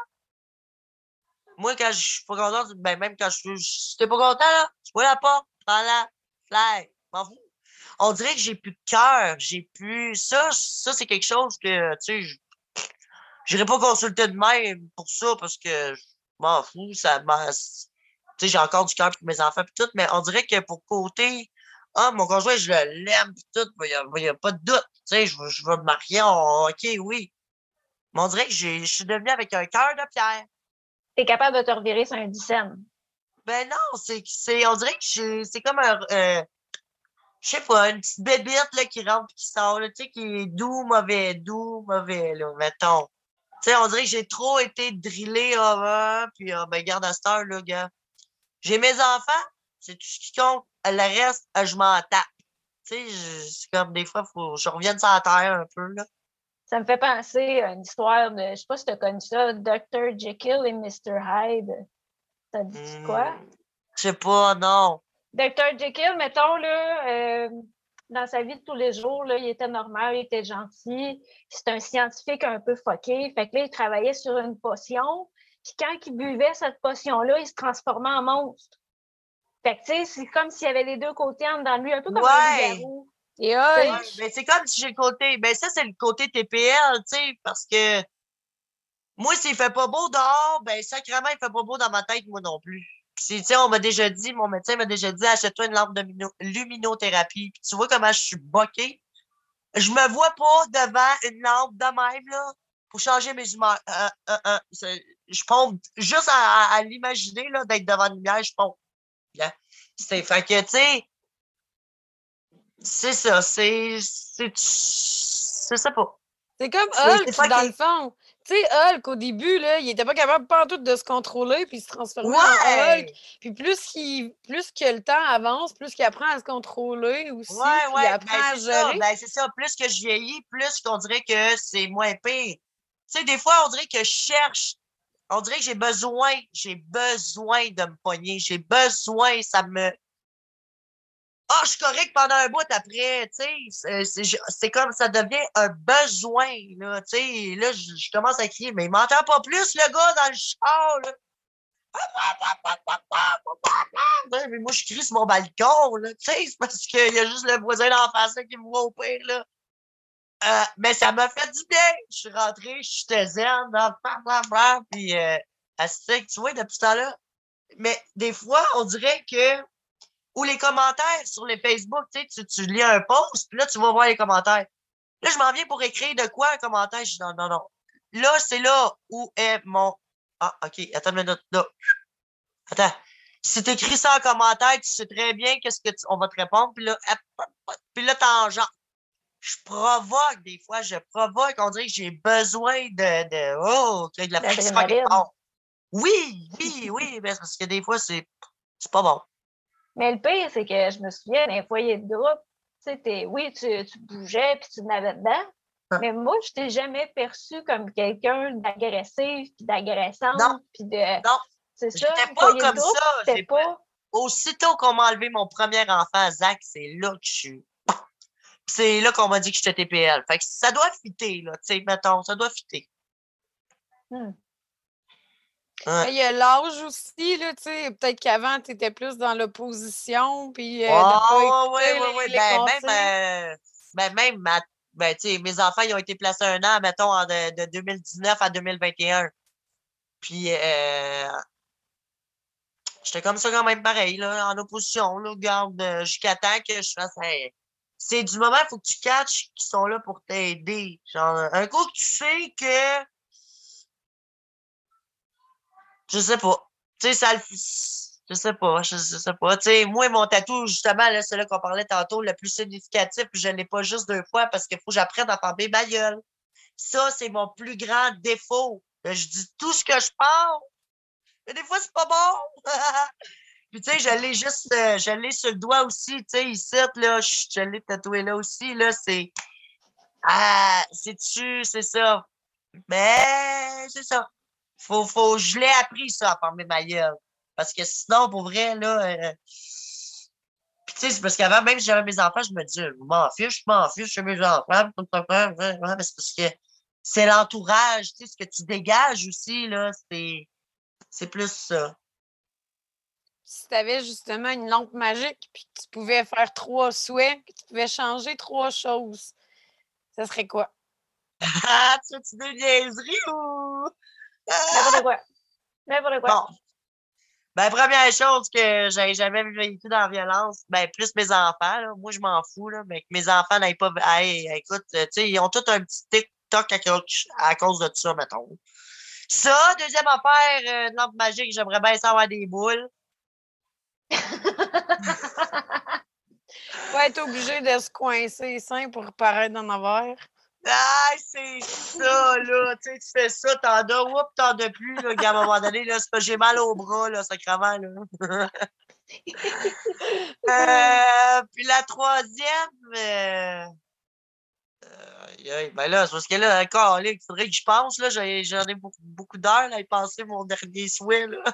moi, quand je suis pas content, ben, même quand si t'es pas content, là, tu vois la porte, prends la fly, m'en fous. On dirait que j'ai plus de cœur, j'ai plus, ça, c'est quelque chose que, tu sais, j'irai pas consulter de même pour ça parce que je m'en fous, tu sais, j'ai encore du cœur pour mes enfants pis tout, mais on dirait que pour côté, mon conjoint, je l'aime pis tout, y a pas de doute, tu sais, je veux me marier, ok, oui. Mais on dirait que je suis devenu avec un cœur de pierre. T'es capable de te revirer sur un 10 cents. Ben non, on dirait que c'est comme je sais pas, une petite bébite, là, qui rentre pis qui sort, là, tu sais, qui est doux, mauvais, là, mettons. Tu sais, on dirait que j'ai trop été drillé avant, puis ben, garde à cette heure, là, gars. J'ai mes enfants, c'est tout ce qui compte. Le reste, je m'en tape. Tu sais, c'est comme des fois, faut que je revienne sur la terre un peu, là. Ça me fait penser à une histoire de, je sais pas si tu as connu ça, Dr. Jekyll et Mr. Hyde. Ça dit quoi? Je sais pas, non. Dr. Jekyll, mettons, là, dans sa vie de tous les jours, là, il était normal, il était gentil. C'est un scientifique un peu fucké. Fait que là, il travaillait sur une potion. Puis quand il buvait cette potion-là, il se transformait en monstre. Fait que, tu sais, c'est comme s'il y avait les deux côtés en dedans de lui, un peu comme un loup-garou. Et Ouais, ben c'est comme si j'ai le côté. Ben ça, c'est le côté TPL, tu sais, parce que moi, s'il fait pas beau dehors, ben sacrément, il fait pas beau dans ma tête, moi non plus. Puis, tu sais, on m'a déjà dit, mon médecin m'a déjà dit, achète-toi une lampe de luminothérapie. Puis tu vois comment je suis boquée. Je me vois pas devant une lampe de même, là, pour changer mes humeurs. Je pompe juste à l'imaginer, là, d'être devant une lumière, je pompe. Hein? Fait que, tu sais, c'est ça, c'est ça pas. c'est comme C'est Hulk, dans le fond. Tu sais, Hulk, au début, là, il était pas capable pantoute de se contrôler, puis il se transformait en Hulk. Puis plus que le temps avance, plus qu'il apprend à se contrôler aussi, puis il apprend à gérer. Ben, c'est ça. Plus que je vieillis, plus qu'on dirait que c'est moins pire. Tu sais, des fois, on dirait que je cherche On dirait que j'ai besoin de me pogner. J'ai besoin, ça me... Ah, je suis correct pendant un bout après, tu sais. C'est comme ça devient un besoin, là, tu sais. Là, je commence à crier, mais il m'entend pas plus, le gars, dans le char, là. Ouais, mais moi, je crie sur mon balcon, là, tu sais, c'est parce qu'il y a juste le voisin d'en face là, qui me voit au pire, là. Mais ça m'a fait du bien. Je suis rentré, j'étais zen, puis tu vois, depuis ce temps-là. Mais des fois, on dirait que ou les commentaires sur les Facebook, tu lis un post, puis là, tu vas voir les commentaires. Là, je m'en viens pour écrire de quoi un commentaire. Je dis non, non, non. Là, c'est là où est mon... Ah, OK, attends une minute, là. Attends. Si tu écris ça en commentaire, tu sais très bien qu'est-ce que on va te répondre, puis là, puis là, t'en genre. Je provoque des fois, on dirait que j'ai besoin qu'il y ait de la friction quelque part. Oui, oui, oui, mais parce que des fois, c'est pas bon. Mais le pire, c'est que je me souviens d'un foyer de groupe, oui, tu bougeais puis tu n'avais dedans, mais moi, je t'ai jamais perçu comme quelqu'un d'agressif puis d'agressante puis de... Non, c'est ça, j'étais pas comme groupe, ça. C'était pas... Aussitôt qu'on m'a enlevé mon premier enfant, Zach, c'est là que je suis... C'est là qu'on m'a dit que j'étais TPL. Fait que ça doit fitter, là, tu sais, mettons, ça doit fitter. Ouais. Il y a l'âge aussi, là, tu sais. Peut-être qu'avant, tu étais plus dans l'opposition, puis de pas écouter les conseils. Ben, tu sais, mes enfants, ils ont été placés un an, mettons, de 2019 à 2021. Puis, j'étais comme ça quand même pareil, là, en opposition, là, garde, jusqu'à temps que je fasse, hey, c'est du moment, il faut que tu catches qu'ils sont là pour t'aider. Genre, un coup que tu sais que, je sais pas, tu sais, ça le, je sais pas, je sais pas, tu sais, moi, mon tatou, justement, là, c'est là qu'on parlait tantôt, le plus significatif, je l'ai pas juste 2 fois parce qu'il faut que j'apprenne à fermer ma gueule. Ça, c'est mon plus grand défaut. Je dis tout ce que je pense, mais des fois, c'est pas bon. Puis, tu sais, je l'ai sur le doigt aussi, tu sais, ici, là, je l'ai tatoué là aussi, là, c'est, c'est ça. Mais, c'est ça. Je l'ai appris, ça, à fermer ma gueule. Parce que sinon, pour vrai, là, puis, tu sais, c'est parce qu'avant, même si j'avais mes enfants, je me disais, je m'en fiche, j'ai mes enfants, mais c'est parce que c'est l'entourage, tu sais, ce que tu dégages aussi, là, c'est plus ça. Si tu avais justement une lampe magique, puis que tu pouvais faire 3 souhaits, que tu pouvais changer 3 choses, ça serait quoi? Ah, tu fais-tu des niaiseries ou? N'importe quoi. N'importe quoi. Bon. Ben, première chose que j'ai jamais vécu dans la violence, ben, plus mes enfants, là. Moi, je m'en fous, là, mais que mes enfants n'aillent pas, hey, écoute, tu sais, ils ont tous un petit TikTok à cause de ça, mettons. Ça, deuxième affaire, une lampe magique, j'aimerais bien savoir des boules. Pas être obligé de se coincer les seins pour paraître d'en avoir. Ah, c'est ça, là. Tu sais, tu fais ça, t'en as, t'en as plus, là. À un moment donné, là, c'est parce que j'ai mal au bras, là, sacrément, là. Puis la troisième, ben là, c'est parce que là, encore, il faudrait que je pense, là. J'en ai beaucoup d'heures, là, à y penser mon dernier souhait, là.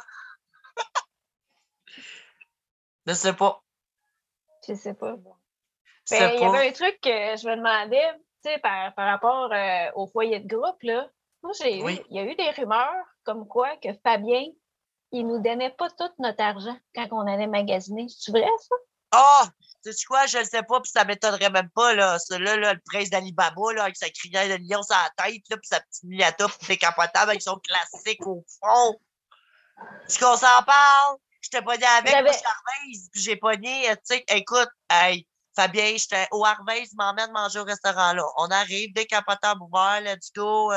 Je sais pas. Je sais pas. Je sais Il y pas. avait un truc que je me demandais, tu sais, par rapport au foyer de groupe, là. Moi, il y a eu des rumeurs comme quoi que Fabien, il nous donnait pas tout notre argent quand on allait magasiner. C'est vrai, ça? Ah! Tu sais quoi, je le sais pas, puis ça m'étonnerait même pas, là. Celui-là, là, le prince d'Alibaba, là, avec sa crinière de lion sur la tête, là, puis sa petite miata décapotable avec son classique au fond. Est-ce qu'on s'en parle? J'étais pogné avec, moi, je suis Harvey's, puis j'ai pogné, tu sais, écoute, hey, Fabien, j'étais au Harvey's, m'emmène manger au restaurant, là. On arrive, décapotable ouvert, let's go,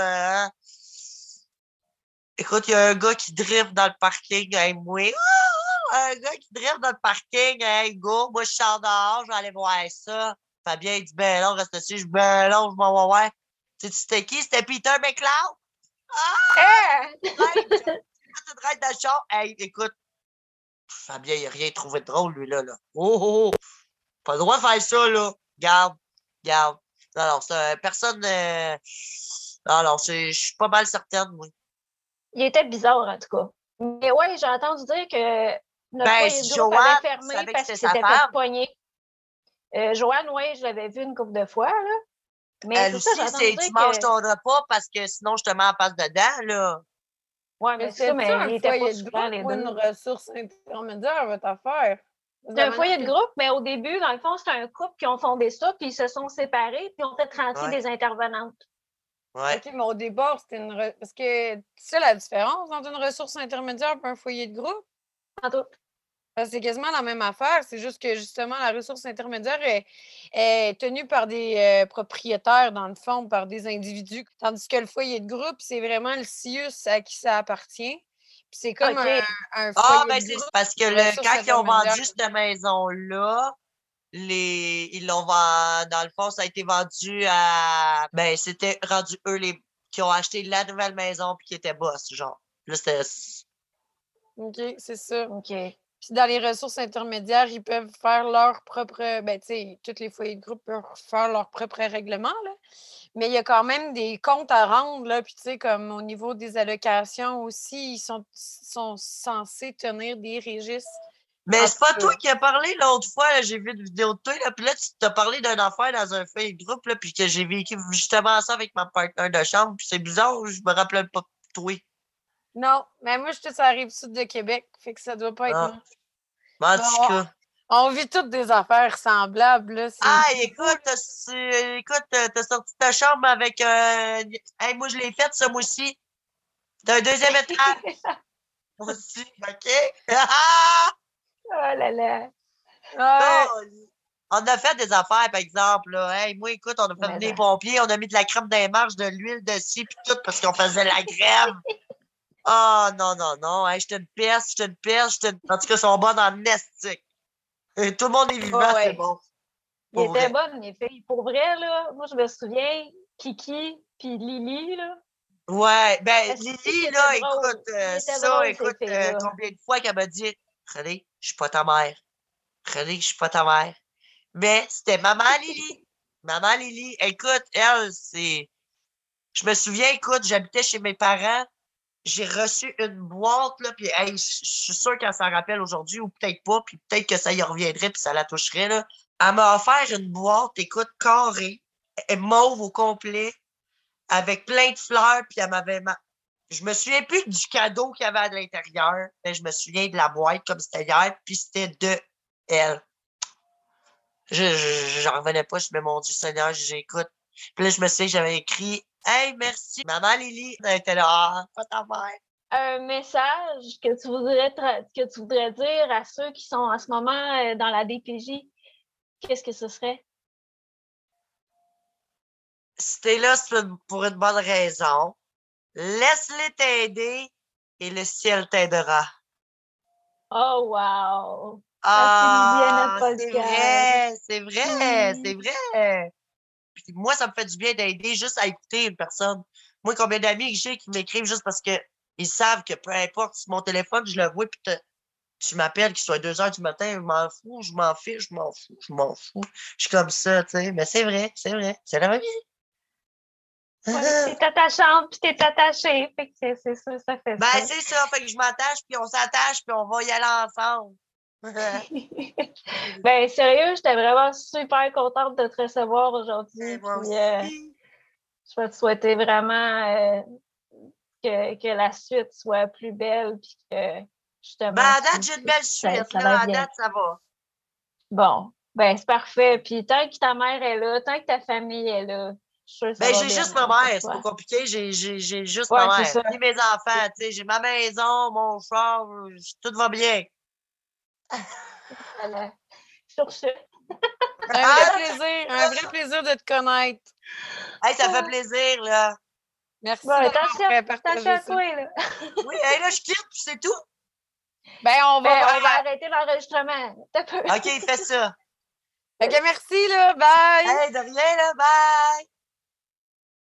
Écoute, il y a un gars qui drift dans le parking, hey, moi. Un gars qui drift dans le parking, hey, go, moi, je sors dehors, je vais aller voir ça. Fabien, il dit, ben non, reste ici, je dis, ben non, je m'en vais voir. Tu sais, c'était qui? C'était Peter McLeod? Ah! Tu dans le char. Hey, écoute, Fabien, il n'a rien trouvé de drôle, lui, là. Oh! Pas le droit de faire ça, là. Garde. Non, c'est personne. Non, je suis pas mal certaine, moi. Il était bizarre, en tout cas. Mais ouais, j'ai entendu dire que notre Ben, foyer de groupe Joanne, avait tu fermé savais que parce c'était qu'il sa s'était fait femme. pogner. Joanne, oui, je l'avais vue une couple de fois, là. Mais Elle c'est ça, j'ai aussi, entendu c'est dire tu manges que. ton repas parce que sinon, je te mets en face dedans, là. Ouais, Mais mais c'est ça, c'était-tu mais un ils étaient pas foyer de souvent, groupe les ou une deux. ressource intermédiaire, votre affaire? Parce que C'était la un manière foyer de que... groupe, mais au début, dans le fond, c'était un couple qui ont fondé ça, puis ils se sont séparés, puis ont fait rentrer Ouais, des intervenantes. ouais. OK, mais au départ, c'était une... Parce que c'est ça la différence entre une ressource intermédiaire et un foyer de groupe? En tout. Parce que c'est quasiment la même affaire. C'est juste que, justement, la ressource intermédiaire est tenue par des propriétaires, dans le fond, par des individus. Tandis que le foyer de groupe, c'est vraiment le CIUS à qui ça appartient. Puis c'est comme OK. un Ah, foyer ben, de c'est groupe, parce que une ressource quand ils ont intermédiaire. vendu cette maison-là, ils l'ont vendu, dans le fond, ça a été vendu à, ben, c'était rendu eux qui ont acheté la nouvelle maison puis qui étaient boss, genre. Là, c'était, OK, c'est ça. OK. Puis dans les ressources intermédiaires, ils peuvent faire leur propre. Ben, tu sais, tous les foyers de groupe peuvent faire leur propre règlement, là. Mais il y a quand même des comptes à rendre, là. Puis, tu sais, comme au niveau des allocations aussi, ils sont censés tenir des registres. mais En c'est tout pas toi cas, qui as parlé l'autre fois, là, j'ai vu une vidéo de toi, là, puis là, tu t'as parlé d'une affaire dans un feuille de groupe, là, puis que j'ai vécu justement ça avec ma partenaire de chambre, puis c'est bizarre, je me rappelle pas de toi. non, mais moi, je suis sur la rive sud de Québec, fait que ça doit pas être Ah, moi. mais en Mais tout cas. on vit toutes des affaires semblables, là. Ah, C'est fou, écoute, t'as sorti ta chambre avec, hey, moi, je l'ai faite, ça, moi aussi. T'as un deuxième étage. Moi aussi, OK? Ah! Oh là là. là. Ouais. On a fait des affaires, par exemple, là. Hey, moi, écoute, on a fait Mais des ça. pompiers, on a mis de la crème dans les marches, de l'huile dessus, puis tout, parce qu'on faisait la grève. Ah, non, non, non. Hey, j'étais une peste, j'étais une peste, j'étais une... En tout cas, ils sont bonnes en nestique. Et tout le monde est vivant, Oh, c'est ouais. bon. Il Pour était vrai. bonne, les filles. Pour vrai, là, moi, je me souviens, Kiki puis Lily, là. Ouais, ben, Est-ce qu'il Lily, était là, drôle? écoute, Il était drôle, ces écoute, filles-là. combien de fois qu'elle m'a dit, René, je suis pas ta mère. René, je suis pas ta mère. Mais c'était maman Lily. Maman Lily. Écoute, elle, c'est. Je me souviens, écoute, j'habitais chez mes parents. J'ai reçu une boîte, là, puis hey, je suis sûr qu'elle s'en rappelle aujourd'hui, ou peut-être pas, puis peut-être que ça y reviendrait, puis ça la toucherait, là. Elle m'a offert une boîte, écoute, carrée, mauve au complet, avec plein de fleurs, puis elle m'avait. Je me souviens plus du cadeau qu'il y avait à l'intérieur, mais je me souviens de la boîte comme c'était hier, puis c'était de elle. J'en revenais pas, je me mon Dieu Seigneur, j'écoute. Puis là, je me souviens que j'avais écrit Hey, merci. Maman Lily, elle était là, ah, pas ta mère. Un message que tu voudrais dire à ceux qui sont en ce moment dans la DPJ, qu'est-ce que ce serait? Si t'es là, c'est pour une bonne raison. Laisse-les t'aider et le ciel t'aidera. Oh, wow! Ça finit bien notre Ah, c'est podcast. vrai, c'est vrai, Oui. c'est vrai. Puis moi, ça me fait du bien d'aider juste à écouter une personne. Moi, combien d'amis que j'ai qui m'écrivent juste parce que ils savent que peu importe si mon téléphone, je le vois, puis tu m'appelles, qu'il soit 2 heures du matin, je m'en fous, je m'en fiche, je m'en fous, je m'en fous. Je suis comme ça, tu sais. Mais c'est vrai, c'est la vie. Ouais, t'es à ta chambre puis t'es attaché. Fait que c'est ça, ça fait Ben, ça. c'est ça, fait que je m'attache, puis on s'attache, puis on va y aller ensemble. Ben, sérieux, j'étais vraiment super contente de te recevoir Et aujourd'hui. moi Puis, aussi. je vais te souhaiter vraiment que la suite soit plus belle. Puis que, Ben, justement, à date, j'ai une belle suite, ça va là. être À bien. date, ça va. Bon, ben, c'est parfait. Puis, tant que ta mère est là, tant que ta famille est là, je suis sûre que ça Ben, va j'ai bien juste ma aller pour mère, c'est pas toi. compliqué. J'ai juste ma Ouais, c'est mère. ça. Puis mes enfants, tu sais, j'ai ma maison, mon char, tout va bien. Voilà. Sur ce. Un vrai plaisir de te connaître. Hey, ça fait plaisir, là. Merci Bon, d'avoir attention partagé à ça. toi, là. Oui, hey, là, je quitte, puis c'est tout. Ben, on Ben, va. on va arrêter l'enregistrement. T'as peu. OK, fais ça. OK, merci, là. Bye! Hey, de rien, là, bye!